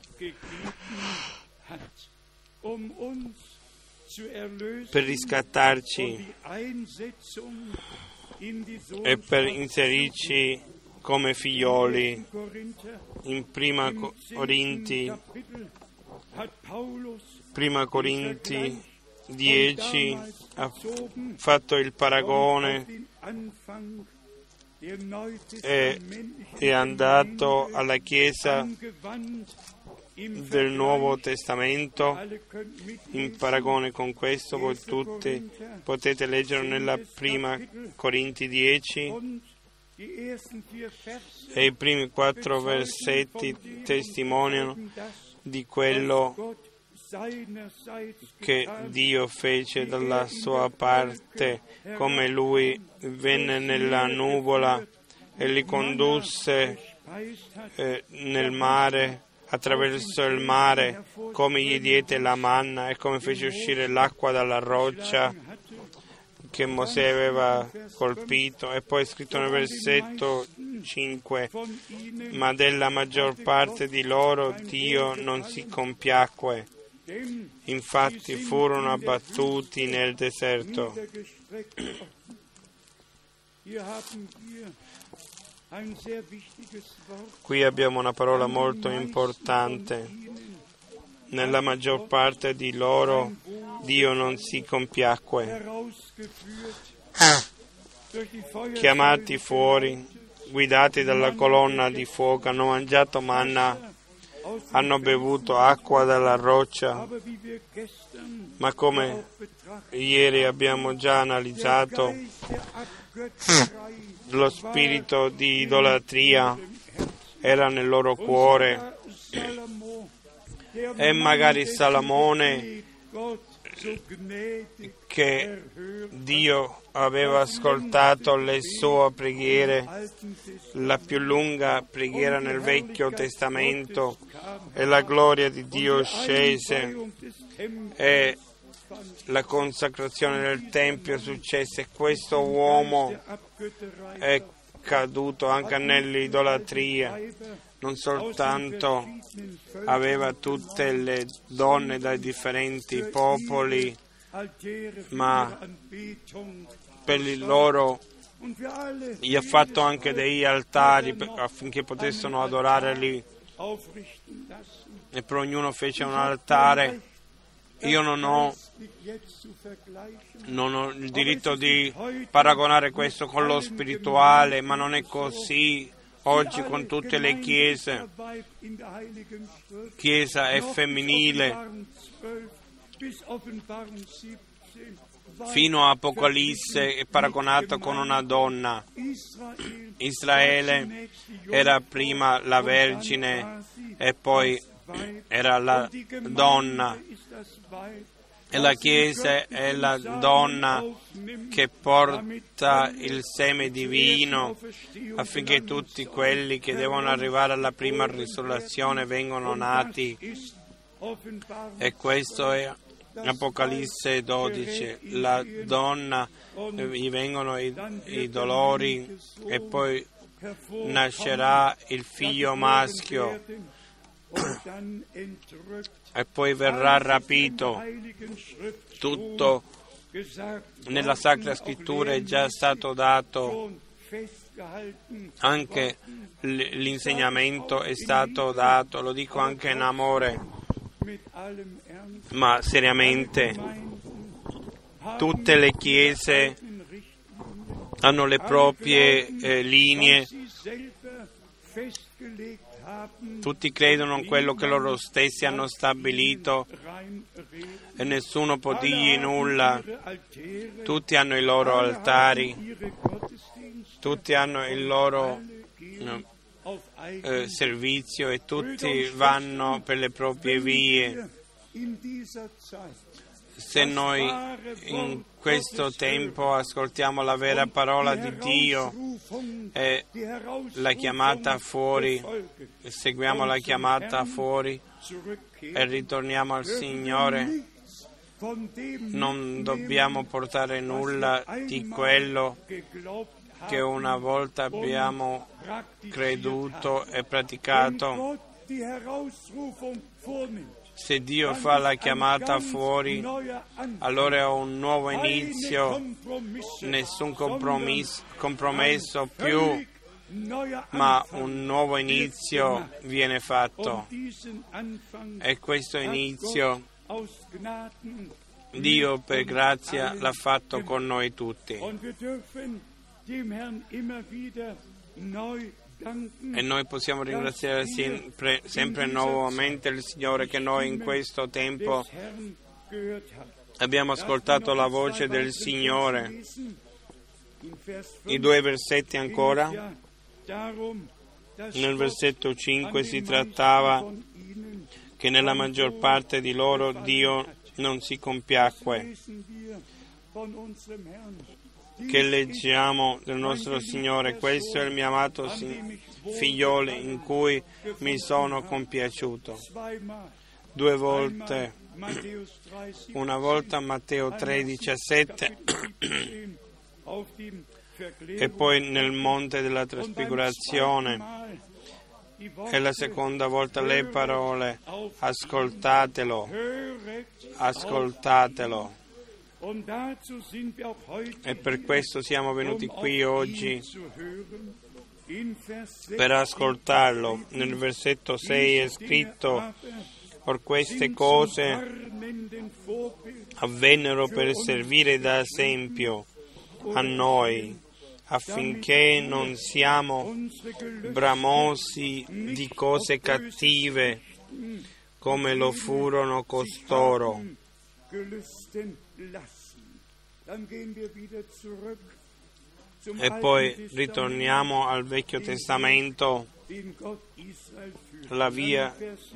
Per riscattarci e per inserirci come figlioli. In Prima Corinti 10 ha fatto il paragone e è andato alla Chiesa del Nuovo Testamento in paragone con questo. Voi tutti potete leggerlo nella Prima Corinti 10 e i primi 4 versetti testimoniano di quello che Dio fece dalla sua parte, come Lui venne nella nuvola e li condusse nel mare, attraverso il mare, come gli diede la manna e come fece uscire l'acqua dalla roccia che Mosè aveva colpito. E poi è scritto nel versetto 5: ma della maggior parte di loro Dio non si compiacque, infatti furono abbattuti nel deserto. Qui abbiamo una parola molto importante. Nella maggior parte di loro Dio non si compiacque. Chiamati fuori, guidati dalla colonna di fuoco, hanno mangiato manna, hanno bevuto acqua dalla roccia, ma come ieri abbiamo già analizzato, lo spirito di idolatria era nel loro cuore e magari Salomone, che Dio aveva ascoltato le sue preghiere, la più lunga preghiera nel Vecchio Testamento, e la gloria di Dio scese e la consacrazione del Tempio successe. Questo uomo è caduto anche nell'idolatria. Non soltanto aveva tutte le donne dai differenti popoli, ma per loro gli ha fatto anche degli altari affinché potessero adorare lì, e per ognuno fece un altare. Io non ho il diritto di paragonare questo con lo spirituale, ma non è così. Oggi con tutte le chiese, chiesa è femminile, fino a Apocalisse è paragonato con una donna. Israele era prima la Vergine e poi era la donna. E la Chiesa è la donna che porta il seme divino affinché tutti quelli che devono arrivare alla prima risurrezione vengano nati. E questo è Apocalisse 12. La donna, gli vengono i dolori e poi nascerà il figlio maschio e poi verrà rapito. Tutto nella Sacra Scrittura è già stato dato, anche l'insegnamento è stato dato, lo dico anche in amore, ma seriamente tutte le chiese hanno le proprie linee. Tutti credono in quello che loro stessi hanno stabilito e nessuno può dirgli nulla. Tutti hanno i loro altari, tutti hanno il loro servizio e tutti vanno per le proprie vie. Se noi in questo tempo ascoltiamo la vera parola di Dio e la chiamata fuori, seguiamo la chiamata fuori e ritorniamo al Signore, non dobbiamo portare nulla di quello che una volta abbiamo creduto e praticato. Se Dio fa la chiamata fuori, allora è un nuovo inizio, nessun compromesso più, ma un nuovo inizio viene fatto. E questo inizio Dio per grazia l'ha fatto con noi tutti. E noi possiamo ringraziare sempre nuovamente il Signore che noi in questo tempo abbiamo ascoltato la voce del Signore. I 2 versetti ancora. Nel versetto 5 si trattava che nella maggior parte di loro Dio non si compiacque. Che leggiamo del nostro Signore: questo è il mio amato figliolo in cui mi sono compiaciuto. 2 volte, una volta Matteo 3,17 e poi nel monte della trasfigurazione, e la seconda volta le parole: ascoltatelo, ascoltatelo. E per questo siamo venuti qui oggi, per ascoltarlo. Nel versetto 6 è scritto: or queste cose avvennero per servire da esempio a noi, affinché non siamo bramosi di cose cattive, come lo furono costoro. E poi ritorniamo al Vecchio Testamento, la via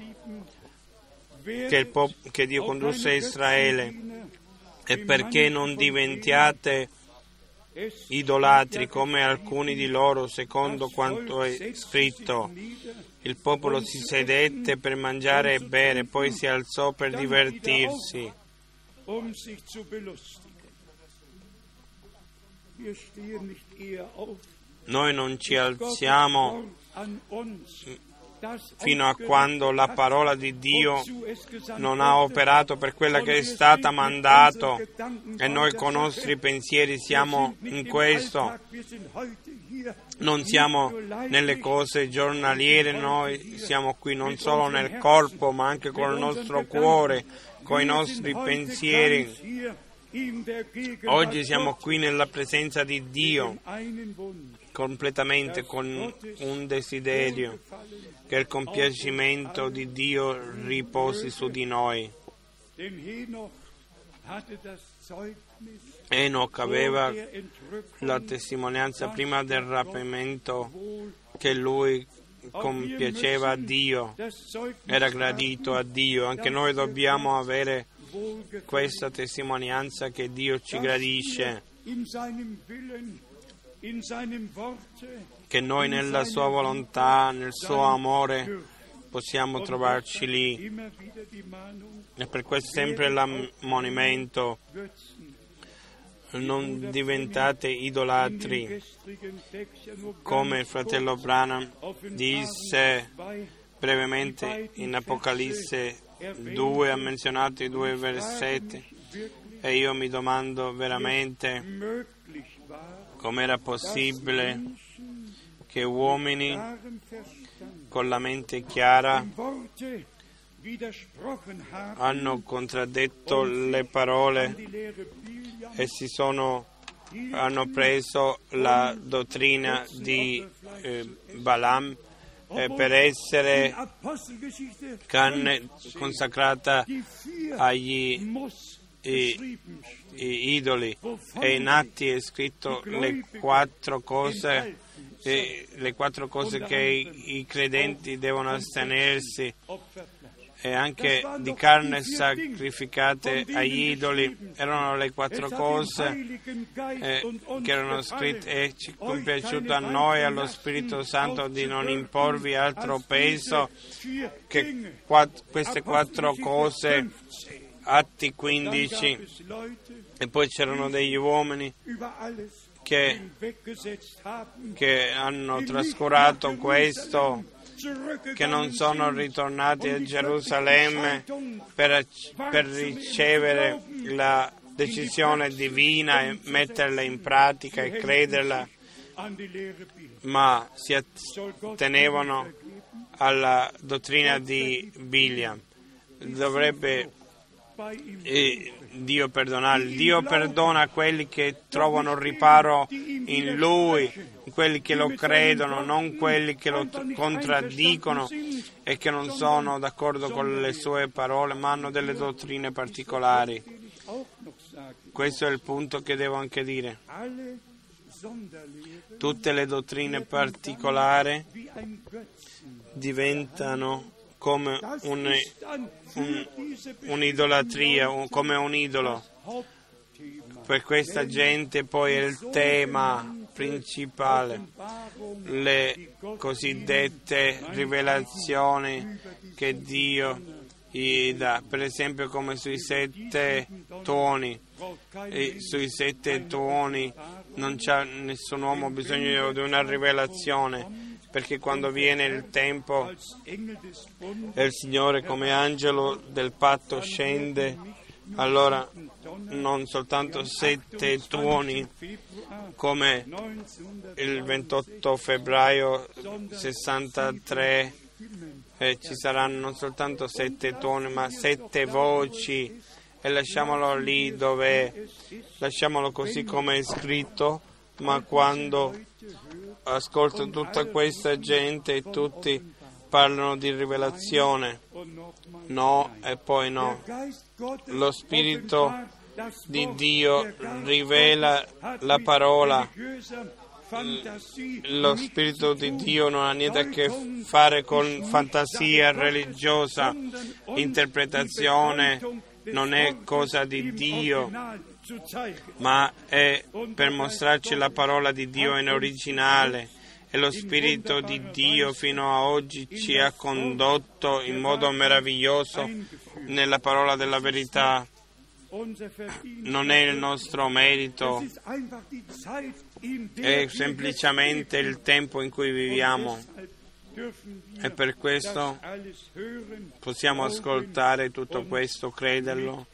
che Dio condusse a Israele. E perché non diventiate idolatri come alcuni di loro, secondo quanto è scritto: il popolo si sedette per mangiare e bere, poi si alzò per divertirsi. Noi non ci alziamo fino a quando la parola di Dio non ha operato per quella che è stata mandato, e noi con i nostri pensieri siamo in questo. Non siamo nelle cose giornaliere, noi siamo qui non solo nel corpo ma anche con il nostro cuore, con i nostri pensieri. Oggi siamo qui nella presenza di Dio completamente con un desiderio, che il compiacimento di Dio riposi su di noi. Enoch aveva la testimonianza prima del rapimento che lui compiaceva a Dio, era gradito a Dio. Anche noi dobbiamo avere questa testimonianza che Dio ci gradisce, che noi nella sua volontà, nel suo amore possiamo trovarci lì. E per questo sempre l'ammonimento: non diventate idolatri, come il fratello Branham disse brevemente in Apocalisse 2, ha menzionato i 2 versetti, e io mi domando veramente come era possibile che uomini con la mente chiara hanno contraddetto le parole e hanno preso la dottrina di Balaam per essere carne consacrata agli idoli. E in Atti è scritto le 4 cose che i credenti devono astenersi, e anche di carne sacrificate agli idoli. Erano le 4 cose che erano scritte, e ci è piaciuto a noi, allo Spirito Santo, di non imporvi altro peso che queste 4 cose. Atti 15. E poi c'erano degli uomini che hanno trascurato questo, che non sono ritornati a Gerusalemme per ricevere la decisione divina e metterla in pratica e crederla, ma si attenevano alla dottrina di Biliam. Dovrebbe Dio perdonarli. Dio perdona quelli che trovano riparo in Lui, quelli che lo credono, non quelli che lo contraddicono e che non sono d'accordo con le sue parole, ma hanno delle dottrine particolari. Questo è il punto che devo anche dire. Tutte le dottrine particolari diventano come un'idolatria, come un idolo. Per questa gente poi è il tema principale, le cosiddette rivelazioni che Dio gli dà, per esempio come sui 7 tuoni. E sui 7 tuoni non c'ha nessun uomo bisogno di una rivelazione, perché quando viene il tempo e il Signore come angelo del patto scende, allora non soltanto 7 tuoni come il 28 febbraio 63 ci saranno non soltanto 7 tuoni ma 7 voci, e lasciamolo lì dove, lasciamolo così come è scritto. Ma quando ascolto tutta questa gente e tutti parlano di rivelazione, no e poi no. Lo Spirito di Dio rivela la parola. Lo Spirito di Dio non ha niente a che fare con fantasia religiosa, interpretazione, non è cosa di Dio, ma è per mostrarci la parola di Dio in originale. E lo Spirito di Dio fino a oggi ci ha condotto in modo meraviglioso nella parola della verità. Non è il nostro merito, è semplicemente il tempo in cui viviamo, e per questo possiamo ascoltare tutto questo, crederlo.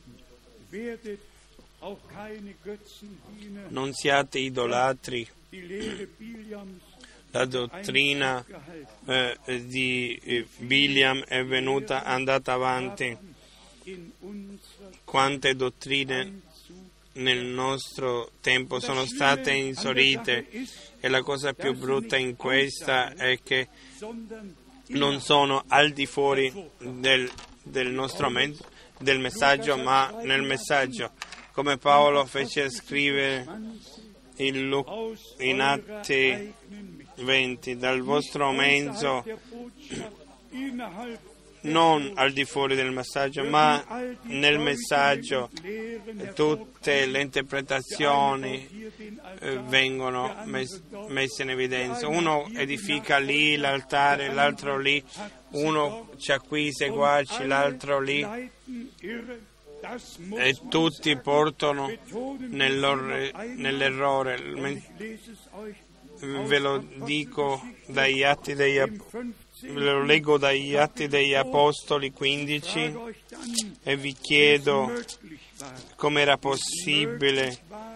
Non siate idolatri. La dottrina di Biliam è andata avanti. Quante dottrine nel nostro tempo sono state inserite, e la cosa più brutta in questa è che non sono al di fuori del nostro mezzo, del messaggio, ma nel messaggio, come Paolo fece scrivere in Atti 20, dal vostro mezzo, non al di fuori del messaggio, ma nel messaggio tutte le interpretazioni vengono messe in evidenza. Uno edifica lì l'altare, l'altro lì, uno c'ha qui i seguaci, l'altro lì, e tutti portano nell'errore. Ve lo dico dagli Atti lo leggo dagli Atti degli Apostoli 15 e vi chiedo com'era possibile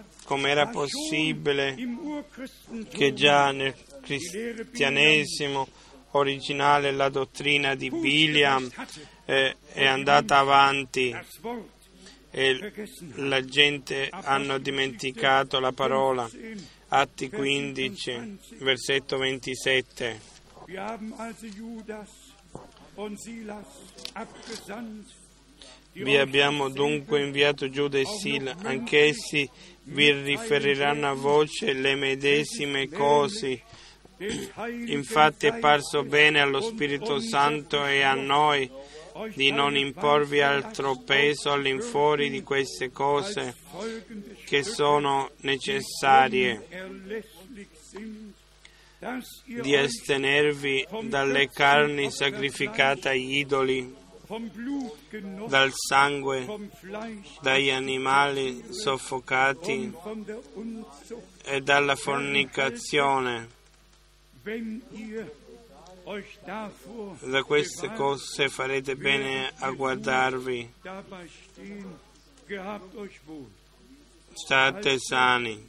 che già nel cristianesimo originale la dottrina di Biliam è andata avanti e la gente hanno dimenticato la parola. Atti 15, versetto 27. Vi abbiamo dunque inviato Giuda e Sila, anch'essi vi riferiranno a voce le medesime cose. Infatti è parso bene allo Spirito Santo e a noi di non imporvi altro peso all'infuori di queste cose che sono necessarie, di astenervi dalle carni sacrificate agli idoli, dal sangue, dagli animali soffocati e dalla fornicazione. Da queste cose farete bene a guardarvi. State sani.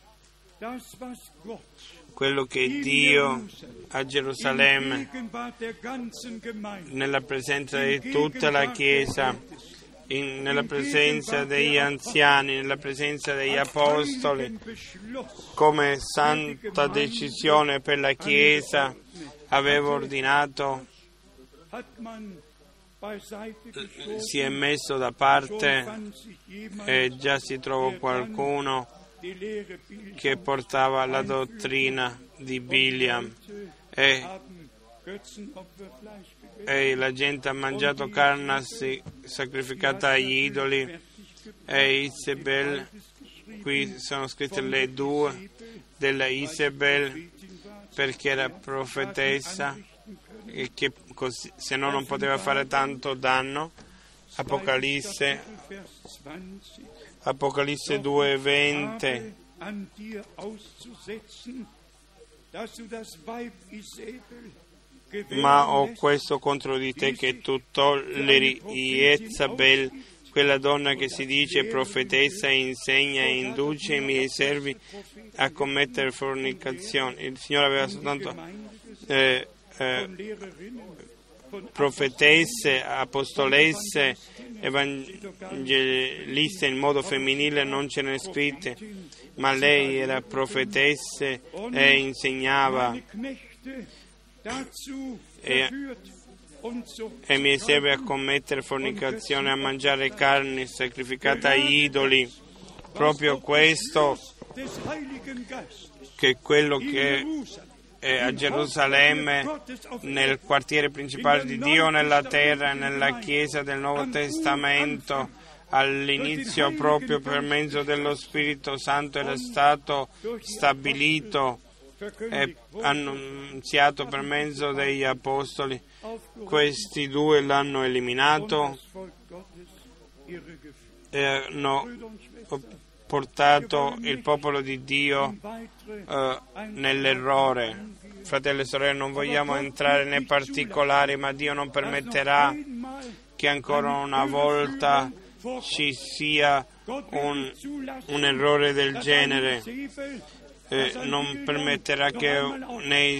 Quello che Dio a Gerusalemme, nella presenza di tutta la Chiesa, nella presenza degli anziani, nella presenza degli apostoli, come santa decisione per la Chiesa, aveva ordinato, si è messo da parte e già si trovò qualcuno che portava la dottrina di Biliam e la gente ha mangiato carne sacrificata agli idoli e Isabel, qui sono scritte le due della Isabel perché era profetessa e che così, se no non poteva fare tanto danno. Apocalisse 2:20. Ma ho questo contro di te, che tu tolleri Jezabel, quella donna che si dice profetessa e insegna e induce i miei servi a commettere fornicazione. Il Signore aveva soltanto profetesse, apostolesse, evangeliste in modo femminile non ce ne scritte, ma lei era profetesse e insegnava e mi serve a commettere fornicazione, a mangiare carne sacrificata agli idoli. Proprio questo che è quello che è a Gerusalemme, nel quartiere principale di Dio nella terra, nella Chiesa del Nuovo Testamento, all'inizio proprio per mezzo dello Spirito Santo era stato stabilito e annunziato per mezzo degli Apostoli. Questi due l'hanno eliminato e hanno portato il popolo di Dio nell'errore. Fratelli e sorelle, non vogliamo entrare nei particolari, ma Dio non permetterà che ancora una volta ci sia un errore del genere. Non permetterà che né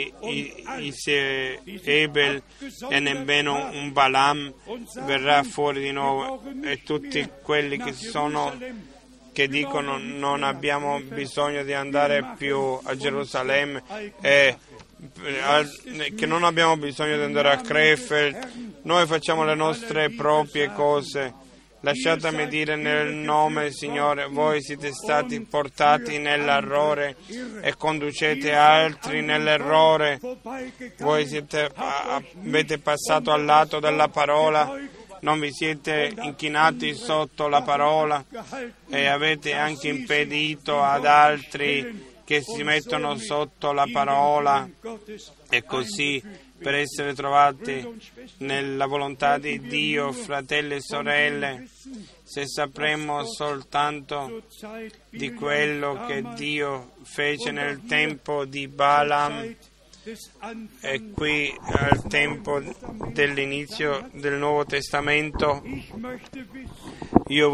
Isabel e nemmeno un Balaam verrà fuori di nuovo, e tutti quelli che dicono non abbiamo bisogno di andare più a Gerusalemme e che non abbiamo bisogno di andare a Krefeld, noi facciamo le nostre proprie cose Lasciatemi dire nel nome, Signore, voi siete stati portati nell'errore e conducete altri nell'errore. Voi avete passato al lato della parola, non vi siete inchinati sotto la parola e avete anche impedito ad altri che si mettono sotto la parola e così per essere trovati nella volontà di Dio, fratelli e sorelle, se sapremmo soltanto di quello che Dio fece nel tempo di Balaam e qui al tempo dell'inizio del Nuovo Testamento, io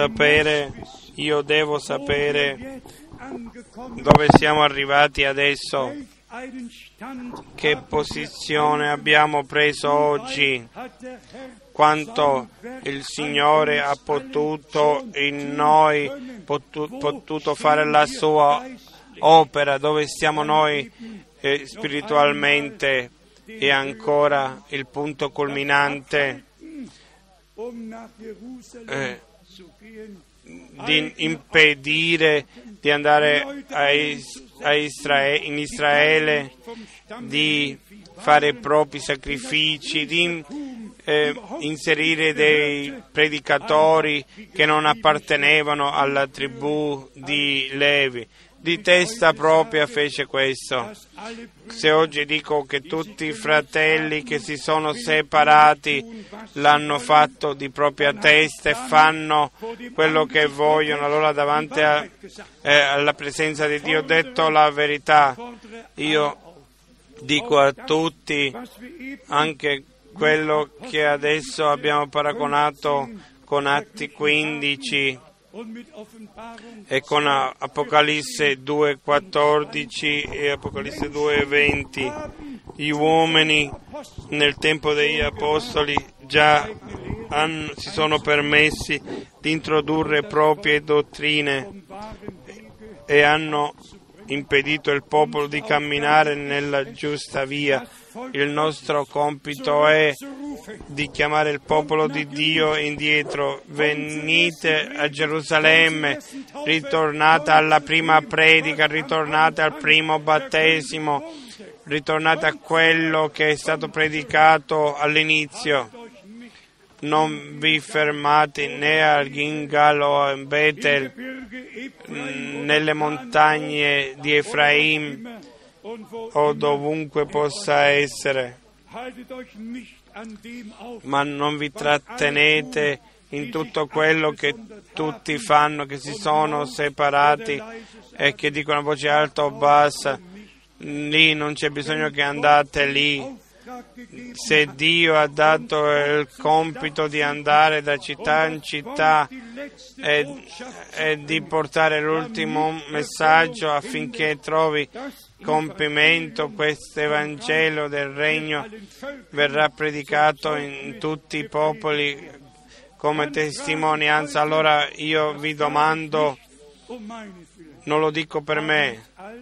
devo sapere dove siamo arrivati adesso, che posizione abbiamo preso oggi, quanto il Signore ha potuto in noi, potuto fare la sua opera, dove stiamo noi spiritualmente, e ancora il punto culminante di impedire di andare in Israele, di fare propri sacrifici, di inserire dei predicatori che non appartenevano alla tribù di Levi. Di testa propria fece questo. Se oggi dico che tutti i fratelli che si sono separati l'hanno fatto di propria testa e fanno quello che vogliono, allora davanti alla presenza di Dio ho detto la verità. Io dico a tutti anche quello che adesso abbiamo paragonato con Atti 15 e con Apocalisse 2,14 e Apocalisse 2,20. Gli uomini nel tempo degli Apostoli già si sono permessi di introdurre proprie dottrine e hanno impedito il popolo di camminare nella giusta via. Il nostro compito è di chiamare il popolo di Dio indietro. Venite a Gerusalemme, ritornate alla prima predica, ritornate al primo battesimo, ritornate a quello che è stato predicato all'inizio. Non vi fermate né a Gilgal o a Betel, nelle montagne di Efraim o dovunque possa essere, ma non vi trattenete in tutto quello che tutti fanno, che si sono separati e che dicono a voce alta o bassa: lì non c'è bisogno che andate lì. Se Dio ha dato il compito di andare da città in città e di portare l'ultimo messaggio affinché trovi compimento, questo Evangelo del Regno verrà predicato in tutti i popoli come testimonianza. Allora io vi domando, non lo dico per me,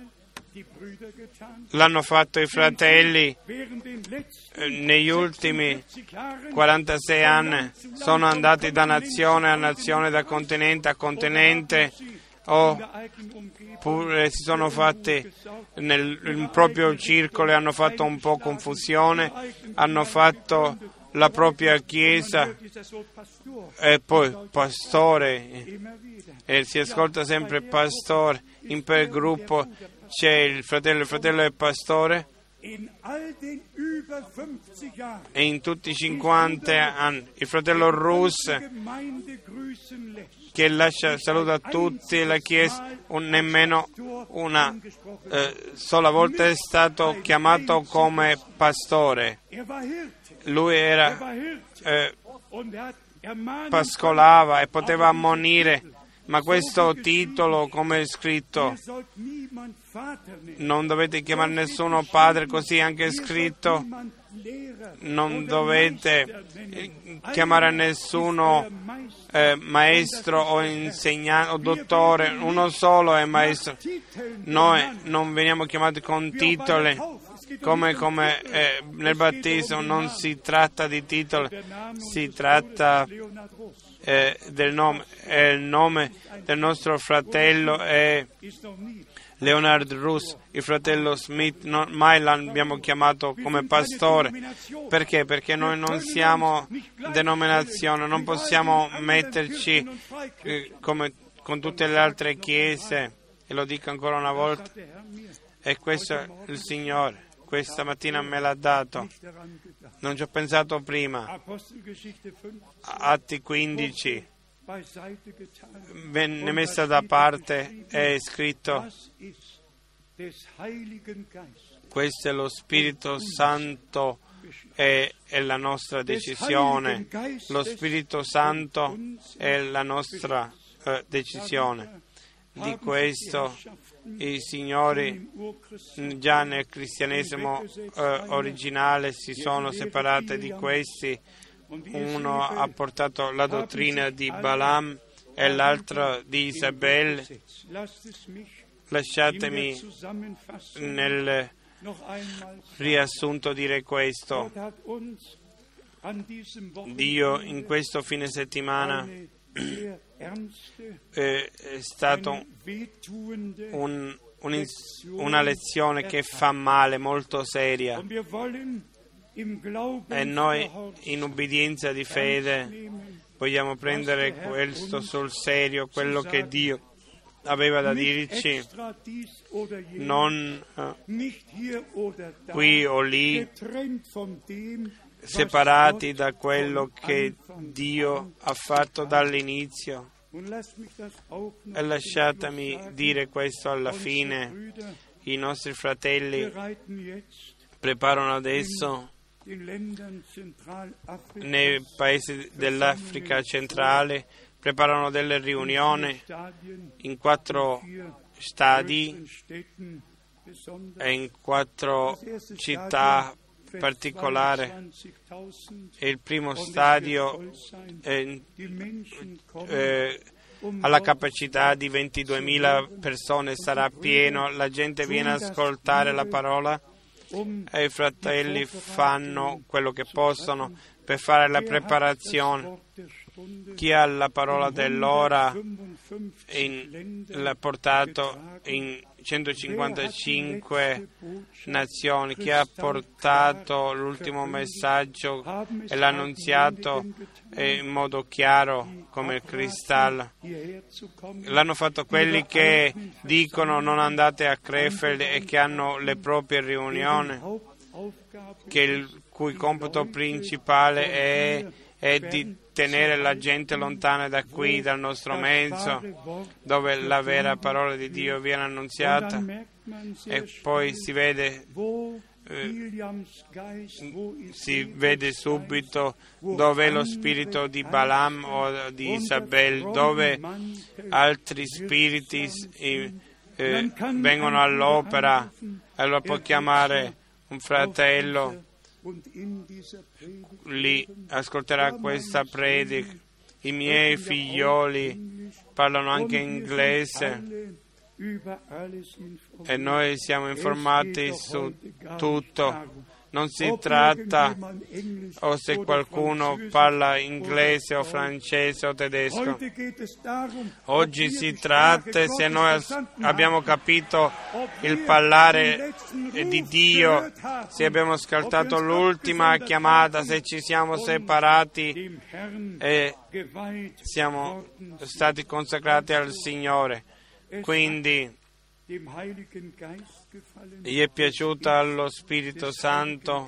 l'hanno fatto i fratelli negli ultimi 46 anni, sono andati da nazione a nazione, da continente a continente, oppure si sono fatti nel proprio circolo e hanno fatto un po' confusione, hanno fatto la propria chiesa e poi pastore, e si ascolta sempre pastore, in per gruppo c'è il fratello è pastore, e in tutti i 50 anni il fratello Rus che saluta tutti la Chiesa, nemmeno una sola volta è stato chiamato come pastore. Lui pascolava e poteva ammonire, ma questo titolo, come è scritto, non dovete chiamare nessuno padre, così anche è scritto, non dovete chiamare nessuno maestro o insegnante o dottore, uno solo è maestro. Noi non veniamo chiamati con titoli, come nel battesimo non si tratta di titolo, si tratta del nome. E il nome del nostro fratello è Leonard Russ. Il fratello Smith mai l'abbiamo chiamato come pastore. Perché? Perché noi non siamo denominazione, non possiamo metterci come con tutte le altre chiese, e lo dico ancora una volta, e questo il Signore questa mattina me l'ha dato. Non ci ho pensato prima. Atti 15 venne messa da parte, è scritto: questo è lo Spirito Santo, è la nostra decisione. Lo Spirito Santo è la nostra decisione. Di questo i signori già nel cristianesimo originale si sono separati di questi. Uno ha portato la dottrina di Balaam e l'altro di Isabel. Lasciatemi nel riassunto dire questo: Dio in questo fine settimana è stato una lezione che fa male, molto seria, e noi in ubbidienza di fede vogliamo prendere questo sul serio, quello che Dio aveva da dirci, non qui o lì, separati da quello che Dio ha fatto dall'inizio. E lasciatemi dire questo alla fine: i nostri fratelli preparano adesso nei paesi dell'Africa centrale, preparano delle riunioni in 4 stadi e in 4 città particolari. Il primo stadio ha la capacità di 22.000 persone, sarà pieno, la gente viene ad ascoltare la parola e i fratelli fanno quello che possono per fare la preparazione. Chi ha la parola dell'ora l'ha portato in 155 nazioni, chi ha portato l'ultimo messaggio e l'ha annunziato in modo chiaro come il cristallo. L'hanno fatto quelli che dicono non andate a Krefeld e che hanno le proprie riunioni, il cui compito principale è di tenere la gente lontana da qui, dal nostro mezzo, dove la vera parola di Dio viene annunziata, e poi si vede subito dove è lo spirito di Balaam o di Isabel, dove altri spiriti vengono all'opera. Allora può chiamare un fratello, lì ascolterà questa predica. I miei figlioli parlano anche inglese e noi siamo informati su tutto. Non si tratta o se qualcuno parla inglese o francese o tedesco. Oggi si tratta se noi abbiamo capito il parlare di Dio, se abbiamo ascoltato l'ultima chiamata, se ci siamo separati e siamo stati consacrati al Signore. Quindi gli è piaciuta allo Spirito Santo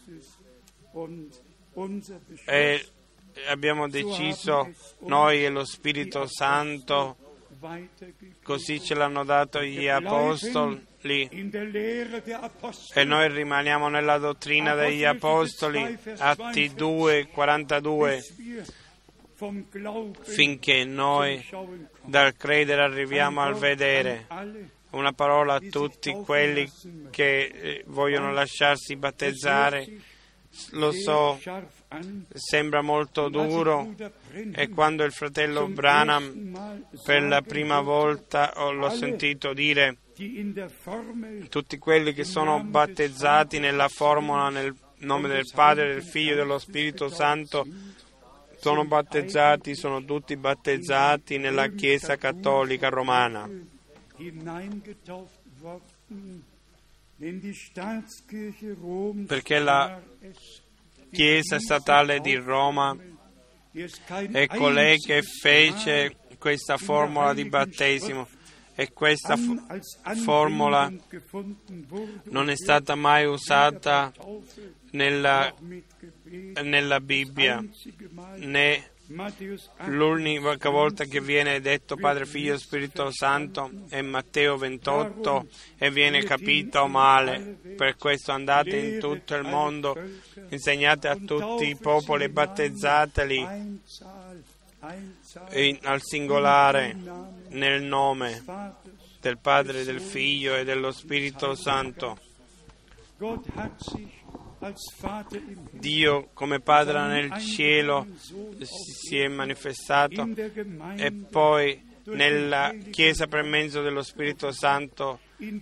e abbiamo deciso noi e lo Spirito Santo, così ce l'hanno dato gli Apostoli, e noi rimaniamo nella dottrina degli Apostoli, Atti 2:42, finché noi dal credere arriviamo al vedere. Una parola a tutti quelli che vogliono lasciarsi battezzare. Lo so, sembra molto duro, e quando il fratello Branham per la prima volta l'ho sentito dire: tutti quelli che sono battezzati nella formula nel nome del Padre, del Figlio e dello Spirito Santo sono battezzati, sono tutti battezzati nella Chiesa Cattolica Romana. Perché la Chiesa statale di Roma è colei che fece questa formula di battesimo, e questa formula non è stata mai usata nella Bibbia, né l'unica volta che viene detto Padre, Figlio e Spirito Santo è Matteo 28 e viene capito male. Per questo andate in tutto il mondo, insegnate a tutti i popoli, battezzateli al singolare nel nome del Padre, del Figlio e dello Spirito Santo. Dio come Padre nel cielo si è manifestato, e poi nella Chiesa per mezzo dello Spirito Santo,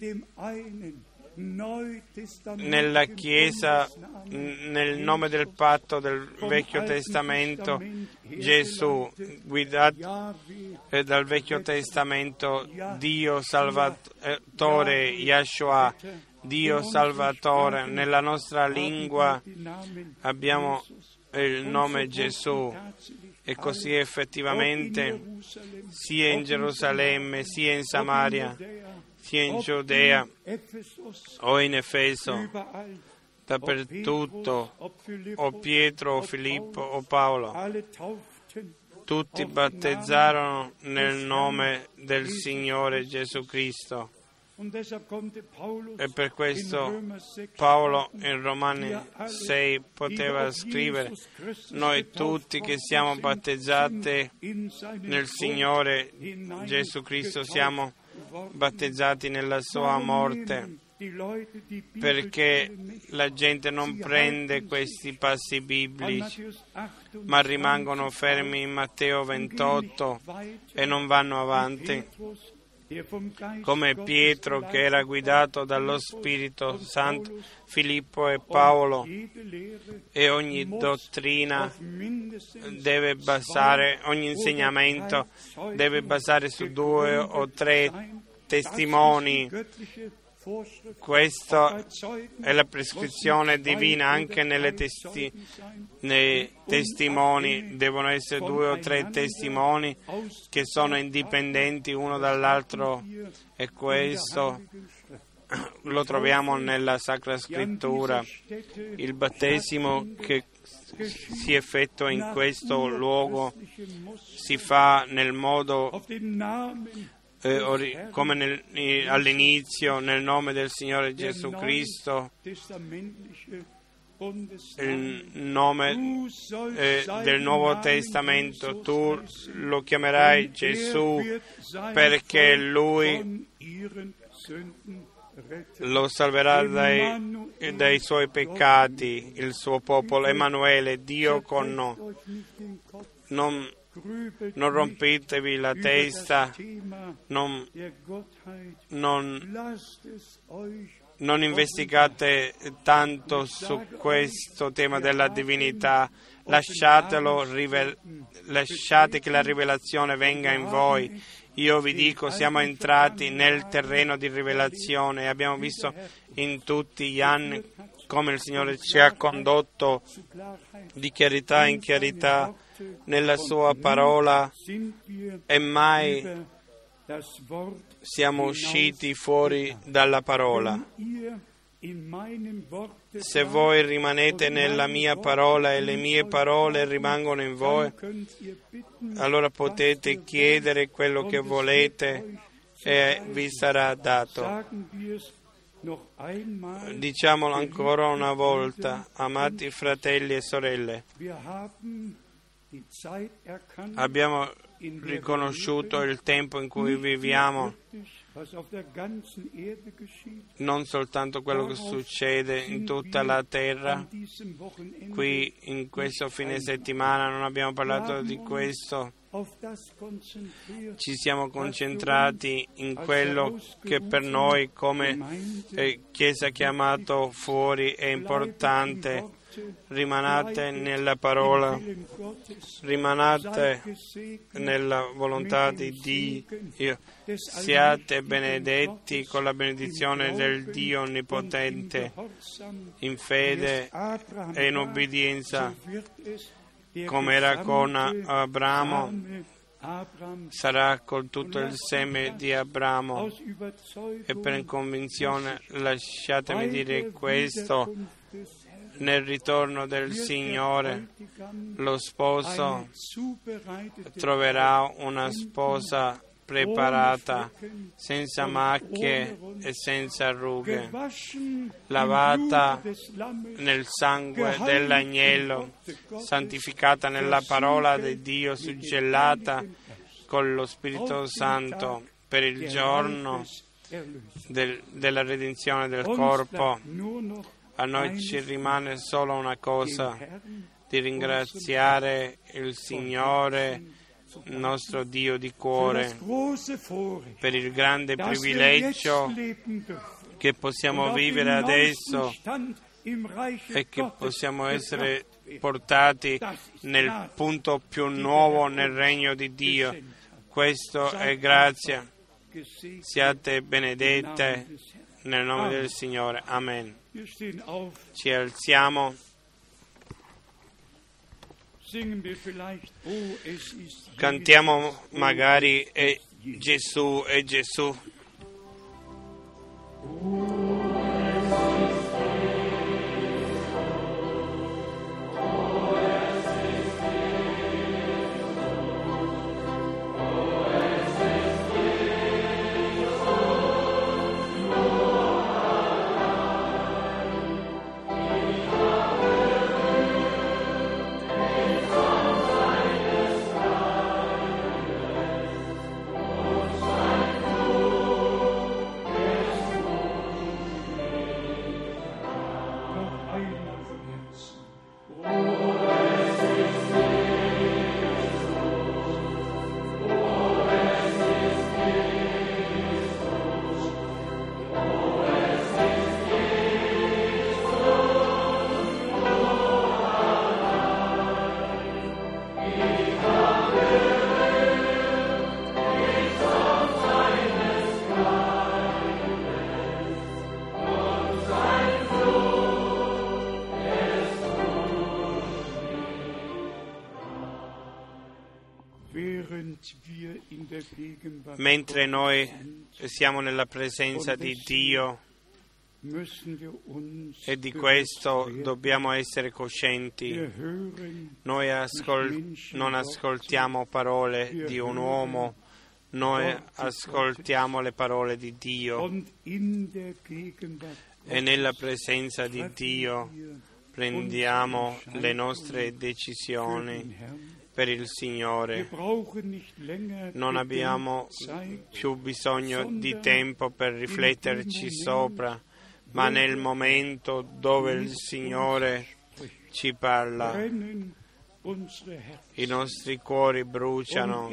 nella Chiesa nel nome del patto del Vecchio Testamento, Gesù, guidato dal Vecchio Testamento, Dio Salvatore, Yahshua, Dio Salvatore. Nella nostra lingua abbiamo il nome Gesù, e così effettivamente sia in Gerusalemme, sia in Samaria, sia in Giudea o in Efeso, dappertutto, o Pietro, o Filippo, o Paolo, tutti battezzarono nel nome del Signore Gesù Cristo. E per questo Paolo in Romani 6 poteva scrivere: noi tutti che siamo battezzati nel Signore Gesù Cristo siamo battezzati nella sua morte, perché la gente non prende questi passi biblici, ma rimangono fermi in Matteo 28 e non vanno avanti, come Pietro che era guidato dallo Spirito Santo, Filippo e Paolo. E ogni dottrina deve basare, ogni insegnamento deve basare su 2 o 3 testimoni. Questa è la prescrizione divina anche nei testimoni. Devono essere 2 o 3 testimoni che sono indipendenti uno dall'altro, e questo lo troviamo nella Sacra Scrittura. Il battesimo che si effettua in questo luogo si fa nel modo come all'inizio, nel nome del Signore Gesù Cristo, il nome del Nuovo Testamento. Tu lo chiamerai Gesù perché Lui lo salverà dai suoi peccati, il suo popolo. Emanuele, Dio con noi. Non rompetevi la testa, non investigate tanto su questo tema della divinità, lasciate che la rivelazione venga in voi. Io vi dico, siamo entrati nel terreno di rivelazione e abbiamo visto in tutti gli anni come il Signore ci ha condotto di chiarità in chiarità nella sua parola, e mai siamo usciti fuori dalla parola. Se voi rimanete nella mia parola e le mie parole rimangono in voi, allora potete chiedere quello che volete e vi sarà dato. Diciamolo ancora una volta, amati fratelli e sorelle. Abbiamo riconosciuto il tempo in cui viviamo non soltanto quello che succede in tutta la terra. Qui in questo fine settimana non abbiamo parlato di questo, ci siamo concentrati in quello che per noi come Chiesa chiamato fuori è importante. Rimanete nella parola, rimanete nella volontà di Dio, siate benedetti con la benedizione del Dio Onnipotente, in fede e in obbedienza, come era con Abramo, sarà con tutto il seme di Abramo. E per convinzione lasciatemi dire questo: nel ritorno del Signore lo sposo troverà una sposa preparata, senza macchie e senza rughe, lavata nel sangue dell'agnello, santificata nella parola di Dio, suggellata con lo Spirito Santo per il giorno della redenzione del corpo. A noi ci rimane solo una cosa: di ringraziare il Signore, nostro Dio di cuore, per il grande privilegio che possiamo vivere adesso e che possiamo essere portati nel punto più nuovo nel regno di Dio. Questo è grazia. Siate benedette nel nome del Signore. Amen. Ci alziamo. Cantiamo magari Gesù è Gesù. Mentre noi siamo nella presenza di Dio, e di questo dobbiamo essere coscienti, noi non ascoltiamo parole di un uomo, noi ascoltiamo le parole di Dio, e nella presenza di Dio prendiamo le nostre decisioni per il Signore. Non abbiamo più bisogno di tempo per rifletterci sopra, ma nel momento dove il Signore ci parla, i nostri cuori bruciano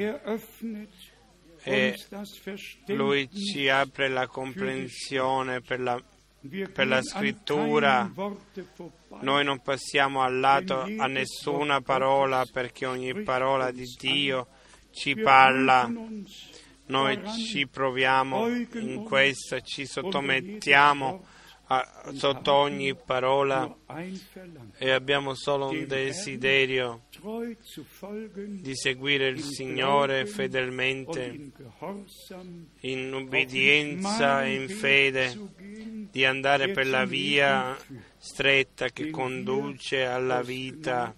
e Lui ci apre la comprensione per la scrittura. Noi non passiamo al lato a nessuna parola, perché ogni parola di Dio ci parla. Noi ci proviamo in questo, ci sottomettiamo sotto ogni parola e abbiamo solo un desiderio di seguire il Signore fedelmente, in obbedienza e in fede, di andare per la via stretta che conduce alla vita,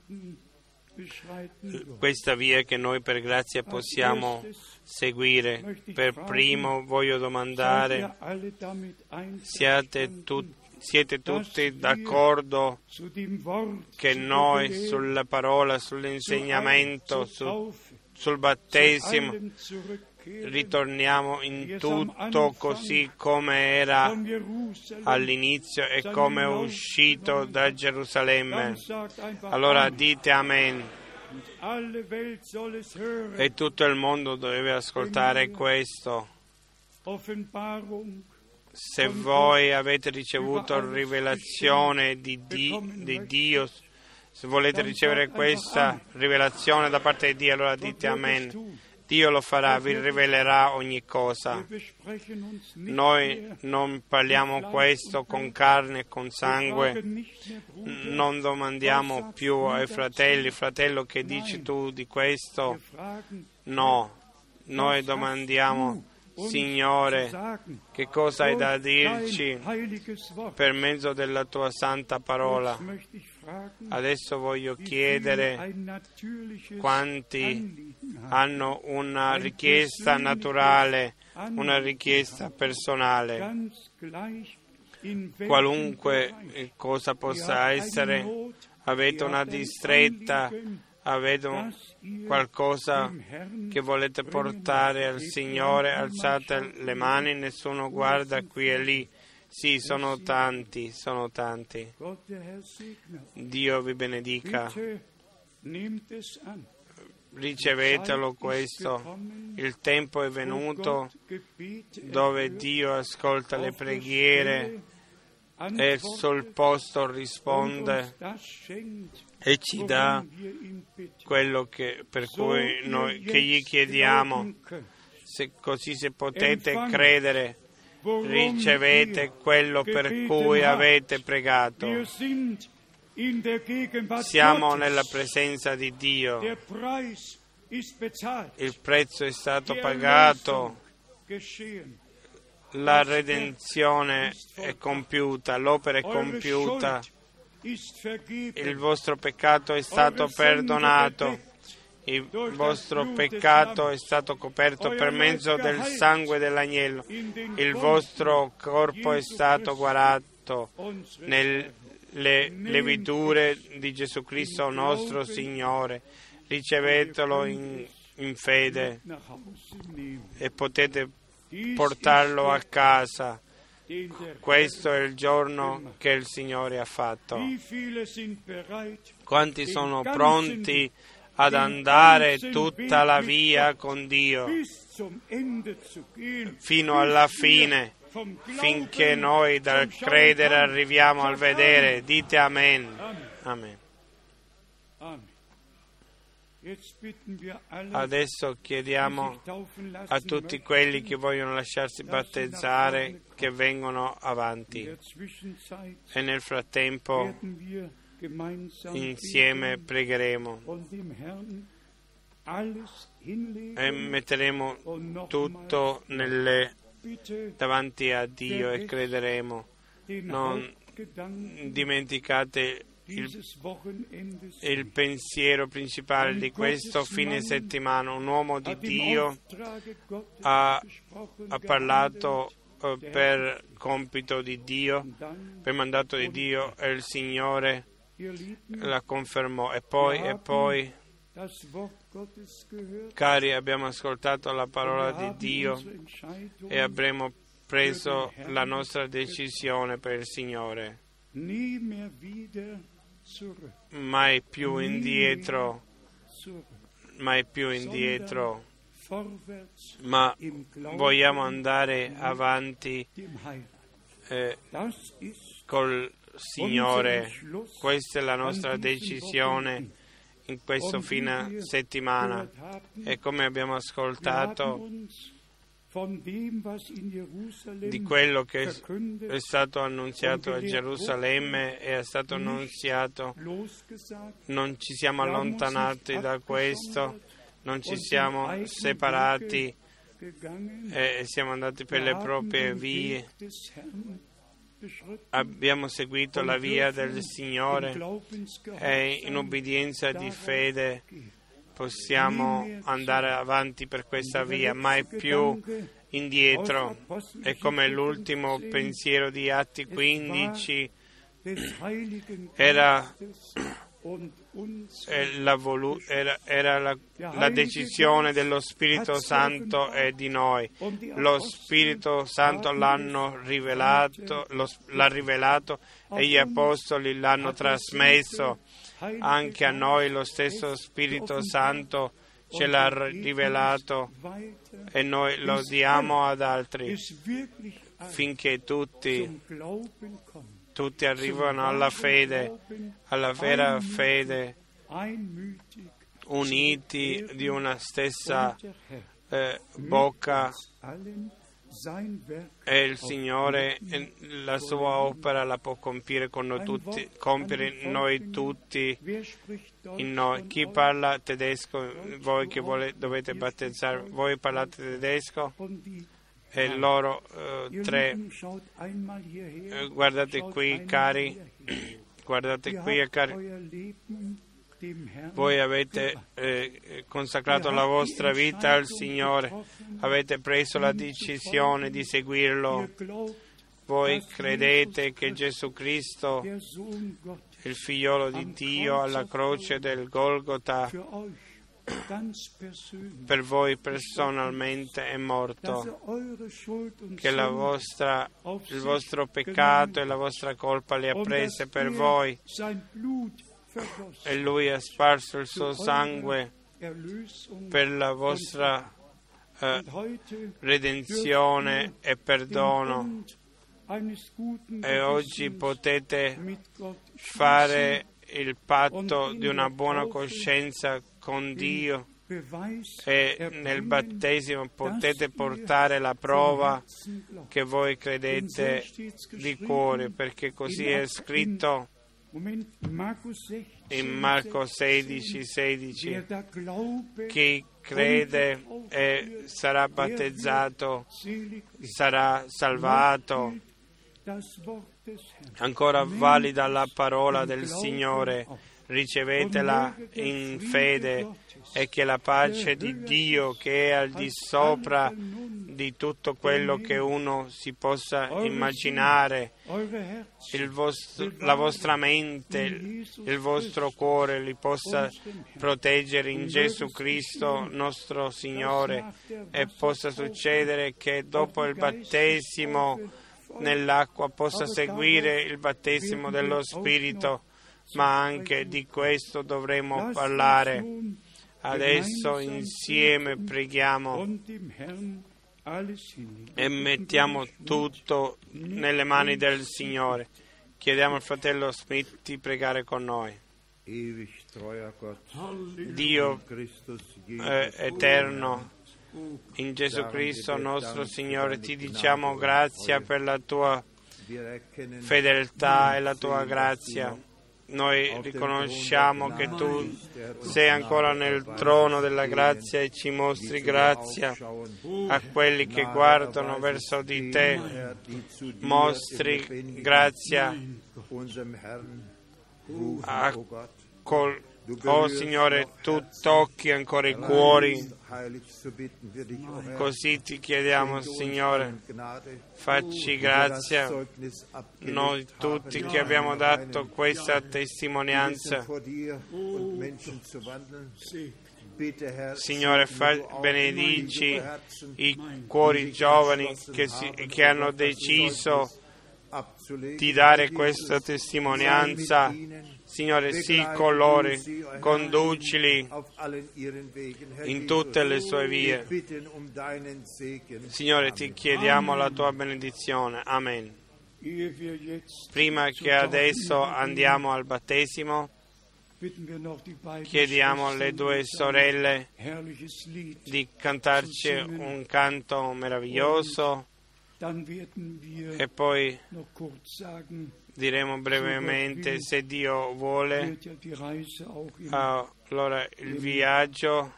questa via che noi per grazia possiamo seguire. Per primo voglio domandare: siete tutti d'accordo che noi sulla parola, sull'insegnamento, sul battesimo ritorniamo in tutto così come era all'inizio e come è uscito da Gerusalemme. Allora dite Amen. E tutto il mondo deve ascoltare questo. Se voi avete ricevuto rivelazione di Dio, se volete ricevere questa rivelazione da parte di Dio, allora dite Amen. Dio lo farà, vi rivelerà ogni cosa. Noi non parliamo questo con carne e con sangue, non domandiamo più ai fratelli, fratello, che dici tu di questo? No, noi domandiamo, Signore, che cosa hai da dirci per mezzo della tua santa parola? Adesso voglio chiedere quanti hanno una richiesta naturale, una richiesta personale, qualunque cosa possa essere. Avete una distretta, avete qualcosa che volete portare al Signore, alzate le mani, nessuno guarda qui e lì. Sì, sono tanti. Dio vi benedica. Ricevetelo questo. Il tempo è venuto dove Dio ascolta le preghiere e sul posto risponde e ci dà quello che gli chiediamo. Così se potete credere, ricevete quello per cui avete pregato. Siamo nella presenza di Dio. Il prezzo è stato pagato. La redenzione è compiuta, l'opera è compiuta. Il vostro peccato è stato perdonato. Il vostro peccato è stato coperto per mezzo del sangue dell'agnello. Il vostro corpo è stato guarato nelle leviture di Gesù Cristo nostro Signore. Ricevetelo in fede e potete portarlo a casa. Questo è il giorno che il Signore ha fatto. Quanti sono pronti ad andare tutta la via con Dio fino alla fine, finché noi dal credere arriviamo al vedere? Dite Amen. Amen. Adesso chiediamo a tutti quelli che vogliono lasciarsi battezzare che vengono avanti, e nel frattempo insieme pregheremo e metteremo tutto davanti a Dio e crederemo. Non dimenticate il pensiero principale di questo fine settimana. Un uomo di Dio ha parlato per compito di Dio, per mandato di Dio, e il Signore la confermò. E poi, cari, abbiamo ascoltato la parola di Dio e abbiamo preso la nostra decisione per il Signore. Mai più indietro, ma vogliamo andare avanti col Signore. Questa è la nostra decisione in questo fine settimana, e come abbiamo ascoltato di quello che è stato annunziato a Gerusalemme e è stato annunziato, non ci siamo allontanati da questo, non ci siamo separati e siamo andati per le proprie vie. Abbiamo seguito la via del Signore e in obbedienza di fede possiamo andare avanti per questa via, mai più indietro. È come l'ultimo pensiero di Atti 15, era era la decisione dello Spirito Santo e di noi. Lo Spirito Santo l'ha rivelato e gli Apostoli l'hanno trasmesso. Anche a noi lo stesso Spirito Santo ce l'ha rivelato e noi lo diamo ad altri finché tutti arrivano alla fede, alla vera fede, uniti di una stessa bocca, e il Signore la sua opera la può compiere compiere noi tutti in noi. Chi parla tedesco, voi che dovete battezzare, voi parlate tedesco? E loro tre, guardate qui cari, voi avete consacrato la vostra vita al Signore, avete preso la decisione di seguirlo, voi credete che Gesù Cristo, il Figliolo di Dio, alla croce del Golgota, per voi personalmente è morto, che il vostro peccato e la vostra colpa li ha prese per voi, e Lui ha sparso il suo sangue per la vostra redenzione e perdono, e oggi potete fare il patto di una buona coscienza con Dio, e nel battesimo potete portare la prova che voi credete di cuore, perché così è scritto in Marco 16:16, chi crede e sarà battezzato sarà salvato. Ancora valida la parola del Signore, ricevetela in fede, e che la pace di Dio, che è al di sopra di tutto quello che uno si possa immaginare, la vostra mente, il vostro cuore li possa proteggere in Gesù Cristo nostro Signore, e possa succedere che dopo il battesimo nell'acqua possa seguire il battesimo dello Spirito, ma anche di questo dovremo parlare. Adesso insieme preghiamo e mettiamo tutto nelle mani del Signore. Chiediamo al fratello Smith di pregare con noi. Dio eterno, in Gesù Cristo nostro Signore, ti diciamo grazie per la tua fedeltà e la tua grazia. Noi riconosciamo che tu sei ancora nel trono della grazia e ci mostri grazia a quelli che guardano verso di te. Mostri grazia oh Signore, tu tocchi ancora i cuori. Così ti chiediamo, Signore, facci grazia noi tutti che abbiamo dato questa testimonianza. Signore, benedici i cuori giovani che hanno deciso di dare questa testimonianza. Signore, sii con loro, conducili in tutte le sue vie. Signore, ti chiediamo la tua benedizione. Amen. Prima che adesso andiamo al battesimo, chiediamo alle due sorelle di cantarci un canto meraviglioso, e poi diremo brevemente, se Dio vuole, allora il viaggio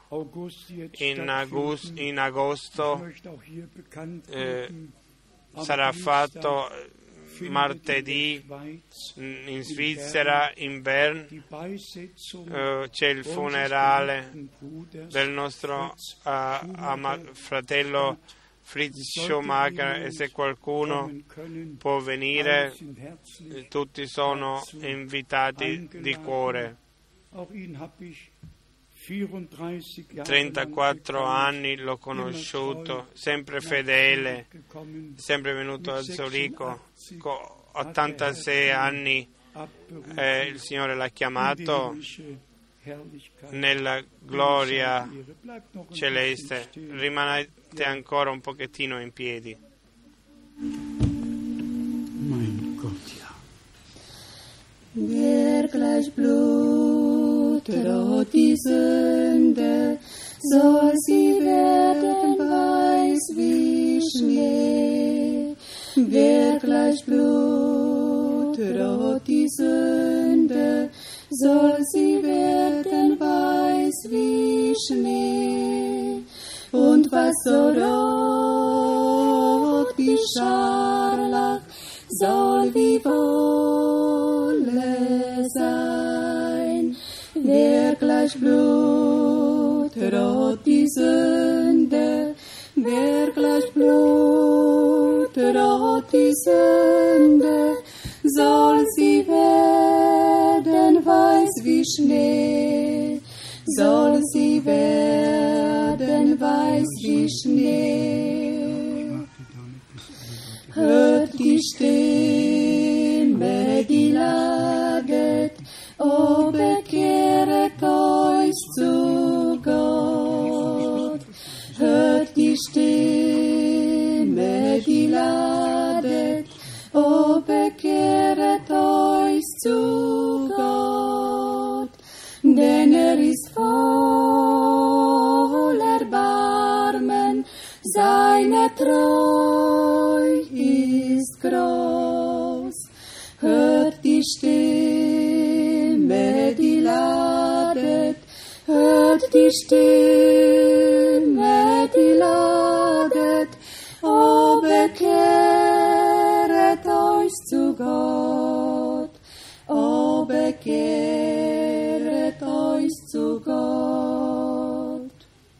in agosto sarà fatto martedì in Svizzera, in Bern. C'è il funerale del nostro fratello Fritz Schumacher, e se qualcuno può venire, tutti sono invitati di cuore. 34 anni l'ho conosciuto, sempre fedele, sempre venuto a Zurigo. 86 anni il Signore l'ha chiamato nella gloria celeste. Rimanete ancora un pochettino in piedi. Mein Gott, ja. Wer gleich Blut rot die Sünde, soll sie werden weiß wie Schnee. Wer gleich Blut rot die Sünde, soll sie werden weiß wie Schnee. Und was so rot wie Scharlach, soll wie Wolle sein. Wer gleich blutrot die Sünde, wer gleich blutrot die Sünde, soll sie werden weiß wie Schnee, soll sie werden weiß wie Schnee. Hört die Stimme, die ladet, o bekehret euch zu Gott. Hört die Stimme, die ladet, o bekehret euch zu Gott. Denn ist voll Erbarmen, seine Treu ist groß. Hört die Stimme, die ladet, hört die Stimme, die ladet, o bekehret euch zu Gott, o bekehret euch zu Gott.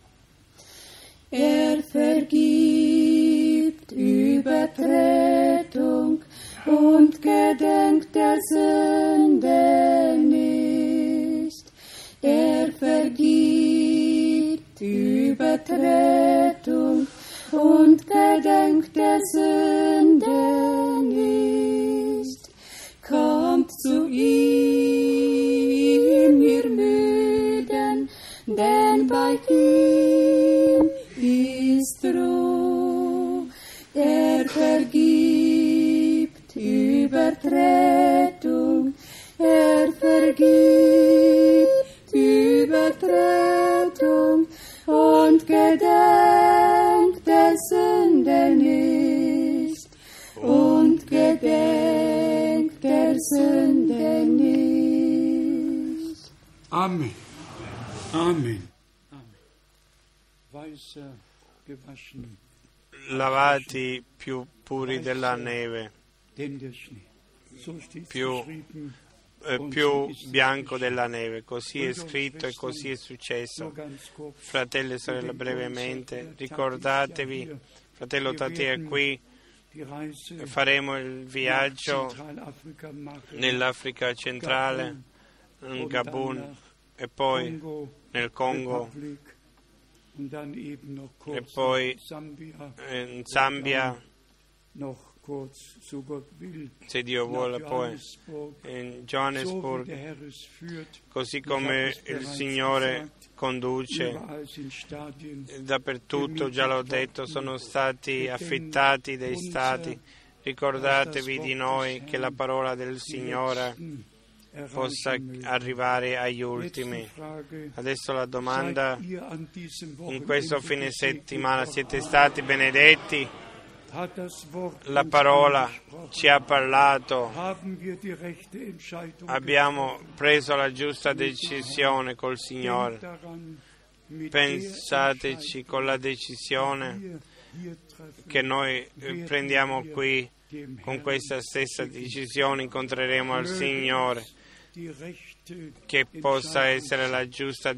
Er vergibt Übertretung und gedenkt der Sünde nicht. Er vergibt Übertretung und gedenkt der Sünde nicht. Kommt zu ihm, ihr Müden, denn bei ihm ist Ruhe. Er vergibt Übertretung, er vergibt Übertretung und gedenkt der Sünde nicht, und gedenkt der Sünde nicht. Amen. Amen. Amen. Weißer, gewaschen, Lavati più puri della neve, denn der Schnee. So steht più geschrieben. più bianco della neve. Così è scritto e così è successo. Nur ganz kurz. Fratelli e sorelle, brevemente, ricordatevi, fratello Tati è qui, Die Reise faremo il viaggio Zentralafrika machen, nell'Africa centrale, in Gabun e poi Kongo, nel Congo Republik, und dann eben noch kurz e poi Sambia, in Zambia, noch kurz, so Gott will, se Dio nach vuole, poi Johannesburg, in so wie Johannesburg, der Herr es führt. così Ich come habe es il bereits Signore gesagt, conduce. überall sind Stadien. Dappertutto, già l'ho detto, sono stati affittati dei stati. Ricordatevi di noi, che la parola del Signore possa arrivare agli ultimi. Adesso la domanda: in questo fine settimana siete stati benedetti? La parola ci ha parlato, abbiamo preso la giusta decisione col Signore. Pensateci, con la decisione che noi prendiamo qui, con questa stessa decisione incontreremo il Signore. Che possa essere la giusta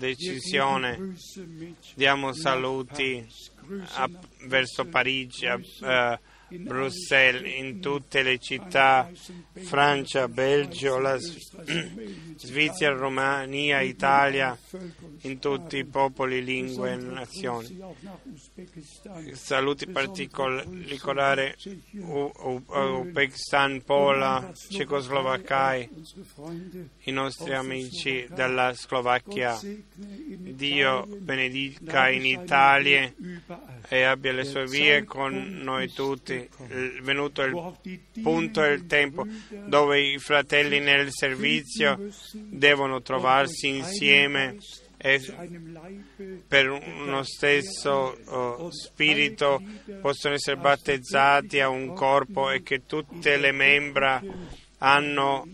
decisione. Diamo saluti verso Parigi, Bruxelles, in tutte le città, Francia, Belgio, la Svizzera, Romania, Italia, in tutti i popoli, lingue e nazioni. Saluti particolari Uzbekistan, Pola, Cecoslovacchia, i nostri amici della Slovacchia. Dio benedica in Italia e abbia le sue vie con noi tutti. È venuto il punto e il tempo dove i fratelli nel servizio devono trovarsi insieme e per uno stesso spirito possono essere battezzati a un corpo e che tutte le membra hanno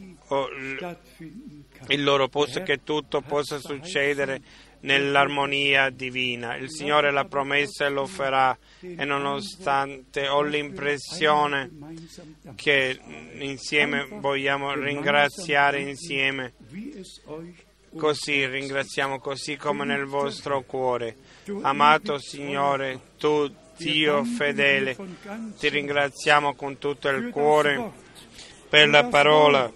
il loro posto, che tutto possa succedere nell'armonia divina. Il Signore l'ha promesso e lo farà, e nonostante ho l'impressione che insieme vogliamo ringraziare insieme, così ringraziamo così come nel vostro cuore. Amato Signore, tu Dio fedele, ti ringraziamo con tutto il cuore per la parola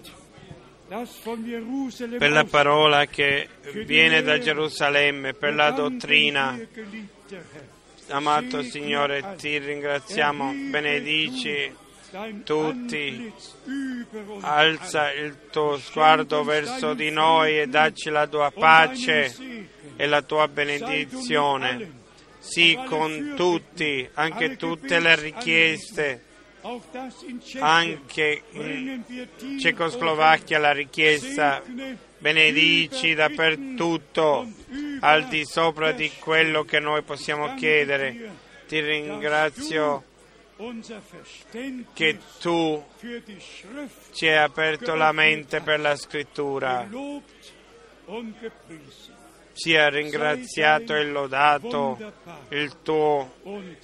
che viene da Gerusalemme, per la dottrina. Amato Signore, ti ringraziamo, benedici tutti, alza il tuo sguardo verso di noi e dacci la tua pace e la tua benedizione. Sì, con tutti, anche tutte le richieste, anche in Cecoslovacchia la richiesta, benedici dappertutto, al di sopra di quello che noi possiamo chiedere. Ti ringrazio che tu ci hai aperto la mente per la scrittura. Sia ringraziato e lodato il tuo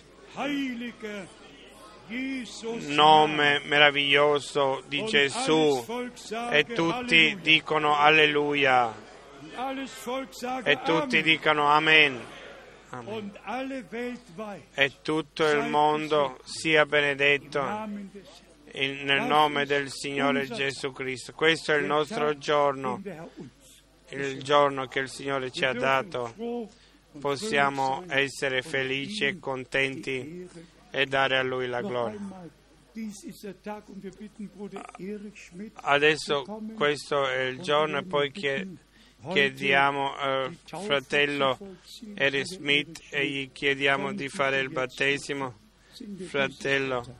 nome meraviglioso di Gesù, e tutti dicono alleluia, e tutti dicono amen. Amen. E tutto il mondo sia benedetto nel nome del Signore Gesù Cristo. Questo è il nostro giorno, il giorno che il Signore ci ha dato. Possiamo essere felici e contenti e dare a Lui la gloria. Adesso questo è il giorno, e poi chiediamo al fratello Eric Smith e gli chiediamo di fare il battesimo. Fratello,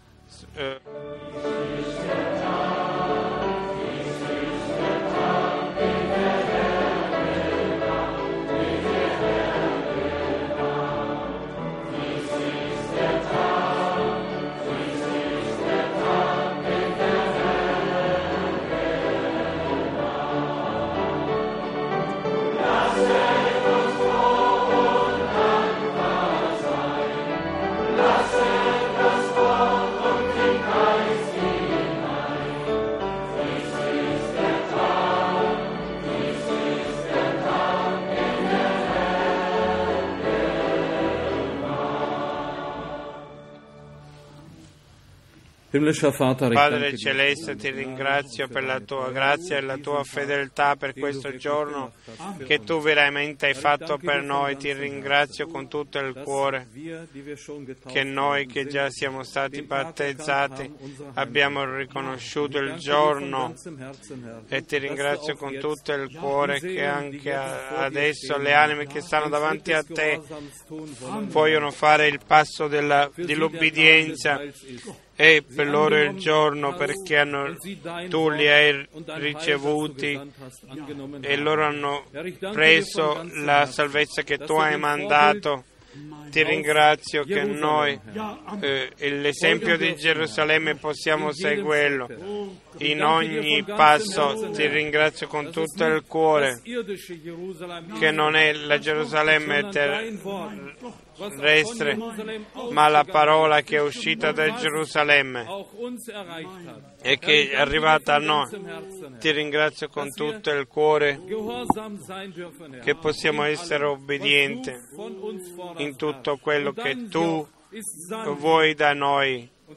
Padre Celeste, ti ringrazio per la tua grazia e la tua fedeltà per questo giorno che tu veramente hai fatto per noi. Ti ringrazio con tutto il cuore che noi che già siamo stati battezzati abbiamo riconosciuto il giorno, e ti ringrazio con tutto il cuore che anche adesso le anime che stanno davanti a te vogliono fare il passo dell'obbedienza. E per loro è il giorno, perché tu li hai ricevuti e loro hanno preso la salvezza che tu hai mandato. Ti ringrazio che noi, l'esempio di Gerusalemme, possiamo seguirlo in ogni passo. Ti ringrazio con tutto il cuore che non è la Gerusalemme terrestre, ma la parola che è uscita da Gerusalemme e che è arrivata a noi. Ti ringrazio con tutto il cuore che possiamo essere obbedienti in tutto quello che tu vuoi da noi,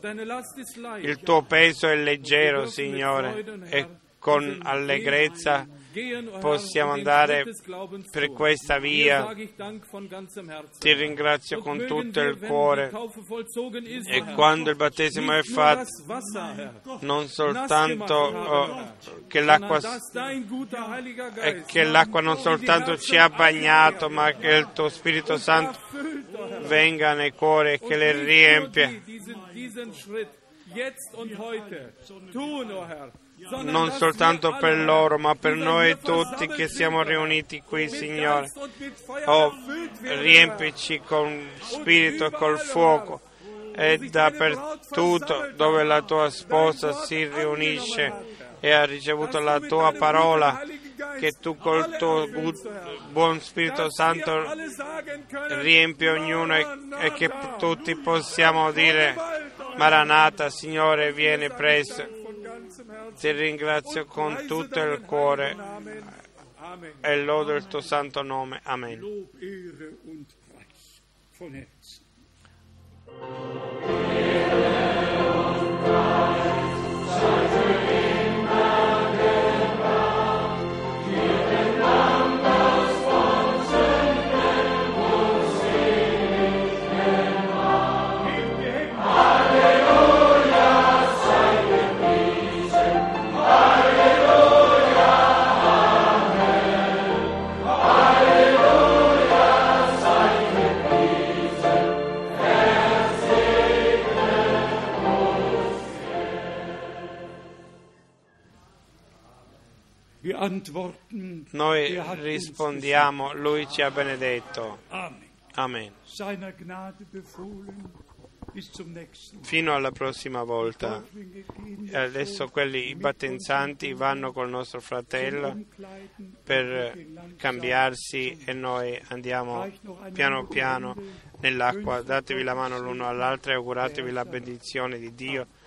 Il tuo peso è leggero, Signore, e con allegrezza possiamo andare per questa via. Ti ringrazio con tutto il cuore. E quando il battesimo è fatto, non soltanto che l'acqua non soltanto ci ha bagnato, ma che il tuo Spirito Santo venga nei cuori e che le riempia. Non soltanto per loro, ma per noi tutti che siamo riuniti qui, Signore. Riempici con spirito e col fuoco, e dappertutto dove la tua sposa si riunisce e ha ricevuto la tua parola, che tu col tuo buon Spirito Santo riempi ognuno e che tutti possiamo dire: Maranatha, Signore, vieni presto. Ti ringrazio con tutto il cuore e lodo il tuo santo nome. Amen. Noi rispondiamo: Lui ci ha benedetto. Amen. Fino alla prossima volta. Adesso i battezzanti vanno col nostro fratello per cambiarsi e noi andiamo piano piano nell'acqua. Datevi la mano l'uno all'altro e auguratevi la benedizione di Dio.